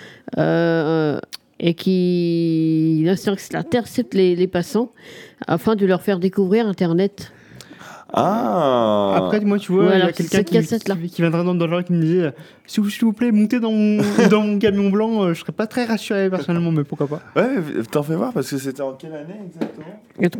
et qui intercepte les passants afin de leur faire découvrir Internet. Ah. Après, moi, tu vois, il y a quelqu'un qui viendrait dans le genre qui me disait s'il vous plaît, montez dans mon camion blanc, je serais pas très rassuré personnellement, mais pourquoi pas. Ouais, mais t'en fais voir parce que c'était en quelle année exactement?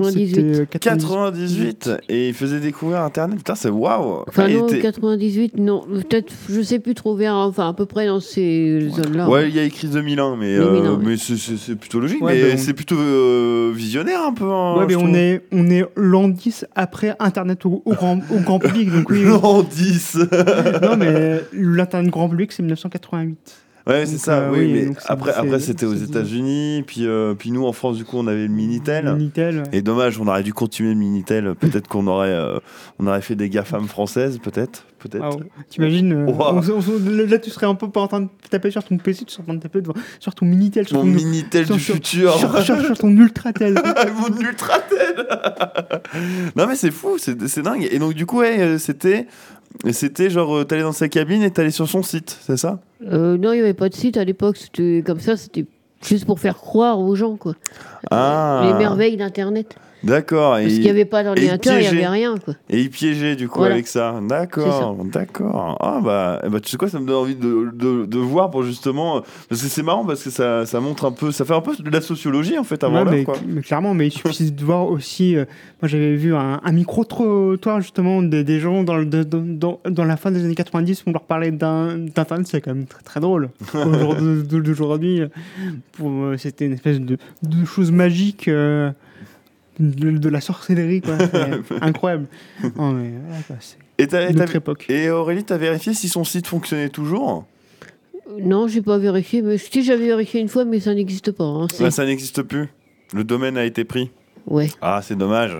98. Et il faisait découvrir Internet. Putain, c'est waouh. Enfin, non, 98, non. Peut-être, je sais plus trop vers, enfin, à peu près dans ces zones-là. Ouais, il y a écrit 2001, mais c'est plutôt logique, ouais, mais c'est plutôt visionnaire un peu. Hein, ouais, mais on est l'an 10 après Internet au grand public. Donc oui, l'an 10 non, mais l'Internet grand public, c'est 1988. Ouais, c'est ça, oui, mais donc après c'était aux États-Unis, puis nous en France, du coup, on avait le Minitel. Ouais. Et dommage, on aurait dû continuer le Minitel. Peut-être qu'on aurait fait des GAFAM françaises, peut-être. Ah, t'imagines, là, tu serais un peu pas en train de taper sur ton PC, tu serais en train de taper sur ton Minitel. Mon Minitel du futur. Sur ton Ultratel. Mon Ultratel. Non, mais c'est fou, c'est dingue. Et donc, du coup, ouais, c'était genre, t'allais dans sa cabine et t'allais sur son site, c'est ça? Non, il n'y avait pas de site à l'époque, c'était comme ça, c'était juste pour faire croire aux gens, quoi. Les merveilles d'Internet. D'accord. Parce qu'il n'y avait pas d'ordinateur, il n'y avait rien, quoi. Et il piégeait, du coup, avec ça. D'accord. Ah, bah, tu sais quoi, ça me donne envie de voir pour justement. Parce que c'est marrant, parce que ça montre un peu. Ça fait un peu de la sociologie, en fait, avant l'heure, quoi. Mais clairement, mais il suffit de voir aussi. Moi, j'avais vu un micro-trottoir, justement, des gens dans la fin des années 90 où on leur parlait d'Internet, c'est quand même très, très drôle. D'aujourd'hui, c'était une espèce de chose magique. De la sorcellerie, quoi. C'est incroyable. Non, mais voilà, quoi, c'est époque. Et Aurélie, t'as vérifié si son site fonctionnait toujours? Non, j'ai pas vérifié. Mais si, j'avais vérifié une fois, mais ça n'existe pas. Hein, ça n'existe plus. Le domaine a été pris. Ouais. Ah, c'est dommage.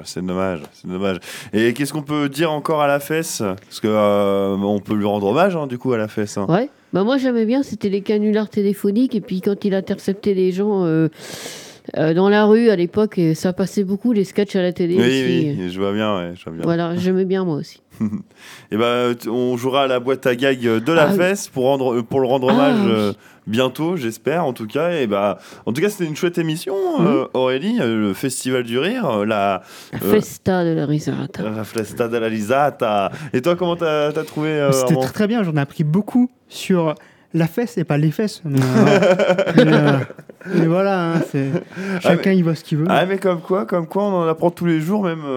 Et qu'est-ce qu'on peut dire encore à la fesse? Parce que on peut lui rendre hommage, hein, du coup, à la fesse. Hein. Ouais. Bah moi, j'aimais bien. C'était les canulars téléphoniques. Et puis quand il interceptait les gens. Dans la rue à l'époque, ça passait beaucoup les sketchs à la télé. Oui, je vois bien. Voilà, j'aimais bien moi aussi. Et on jouera à la boîte à gags de la fesse pour le rendre hommage bientôt, j'espère en tout cas. Et en tout cas, c'était une chouette émission, Aurélie, le Festival du Rire, la Festa de la Risata. La Festa de la Risata. Et toi, comment t'as trouvé C'était très bien. J'en ai appris beaucoup sur la fesse et pas les fesses. Mais voilà, chacun y voit ce qu'il veut. Ah, mais comme quoi on en apprend tous les jours, même.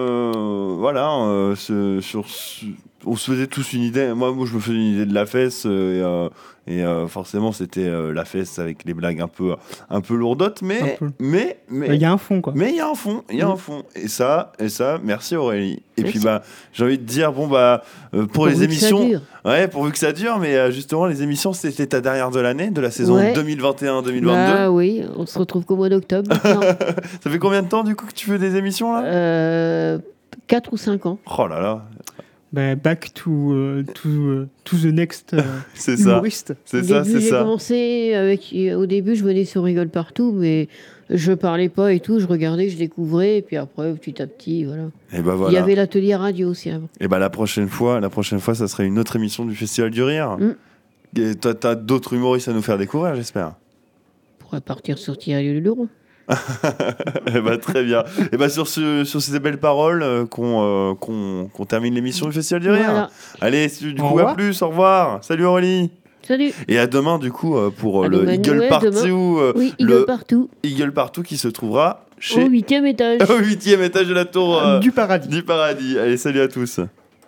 On se faisait tous une idée. Moi, je me faisais une idée de la fesse et forcément, c'était la fesse avec les blagues un peu lourdotes, mais il y a un fond, quoi. Mais il y a un fond, Et ça, merci Aurélie. Et puis j'ai envie de dire pour les émissions, pourvu que ça dure, mais justement les émissions, c'était ta dernière de l'année, de la saison 2021-2022. Ah oui, on se retrouve qu'au mois d'octobre. Ça fait combien de temps du coup que tu fais des émissions là? 4 ou 5 ans. Oh là là. Back to the next c'est humoriste. C'est ça. J'ai commencé au début, je venais sur Rigole Partout, mais je parlais pas et tout, je regardais, je découvrais, et puis après, petit à petit, voilà. Et voilà. Il y avait l'atelier radio aussi avant. Et la prochaine fois, ça serait une autre émission du Festival du Rire. Et toi, t'as d'autres humoristes à nous faire découvrir, j'espère. On pourrait partir sur Thierry Leroux. Très bien. Et sur ces belles paroles qu'on termine l'émission du Festival du Rire. Voilà. Allez, du coup, à plus, au revoir. Salut Aurélie. Salut. Et à demain, du coup, pour le Eagle Partout. Eagle Partout qui se trouvera au 8e étage. Au 8e étage de la tour du paradis. Allez, salut à tous.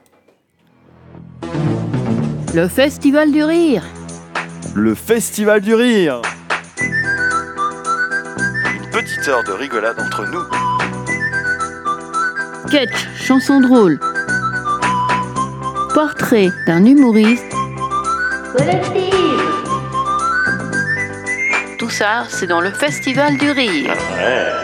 Le Festival du Rire. Le Festival du Rire. Petite heure de rigolade entre nous. Sketch, chanson drôle. Portrait d'un humoriste. Collective. Tout ça, c'est dans le Festival du Rire. Ouais.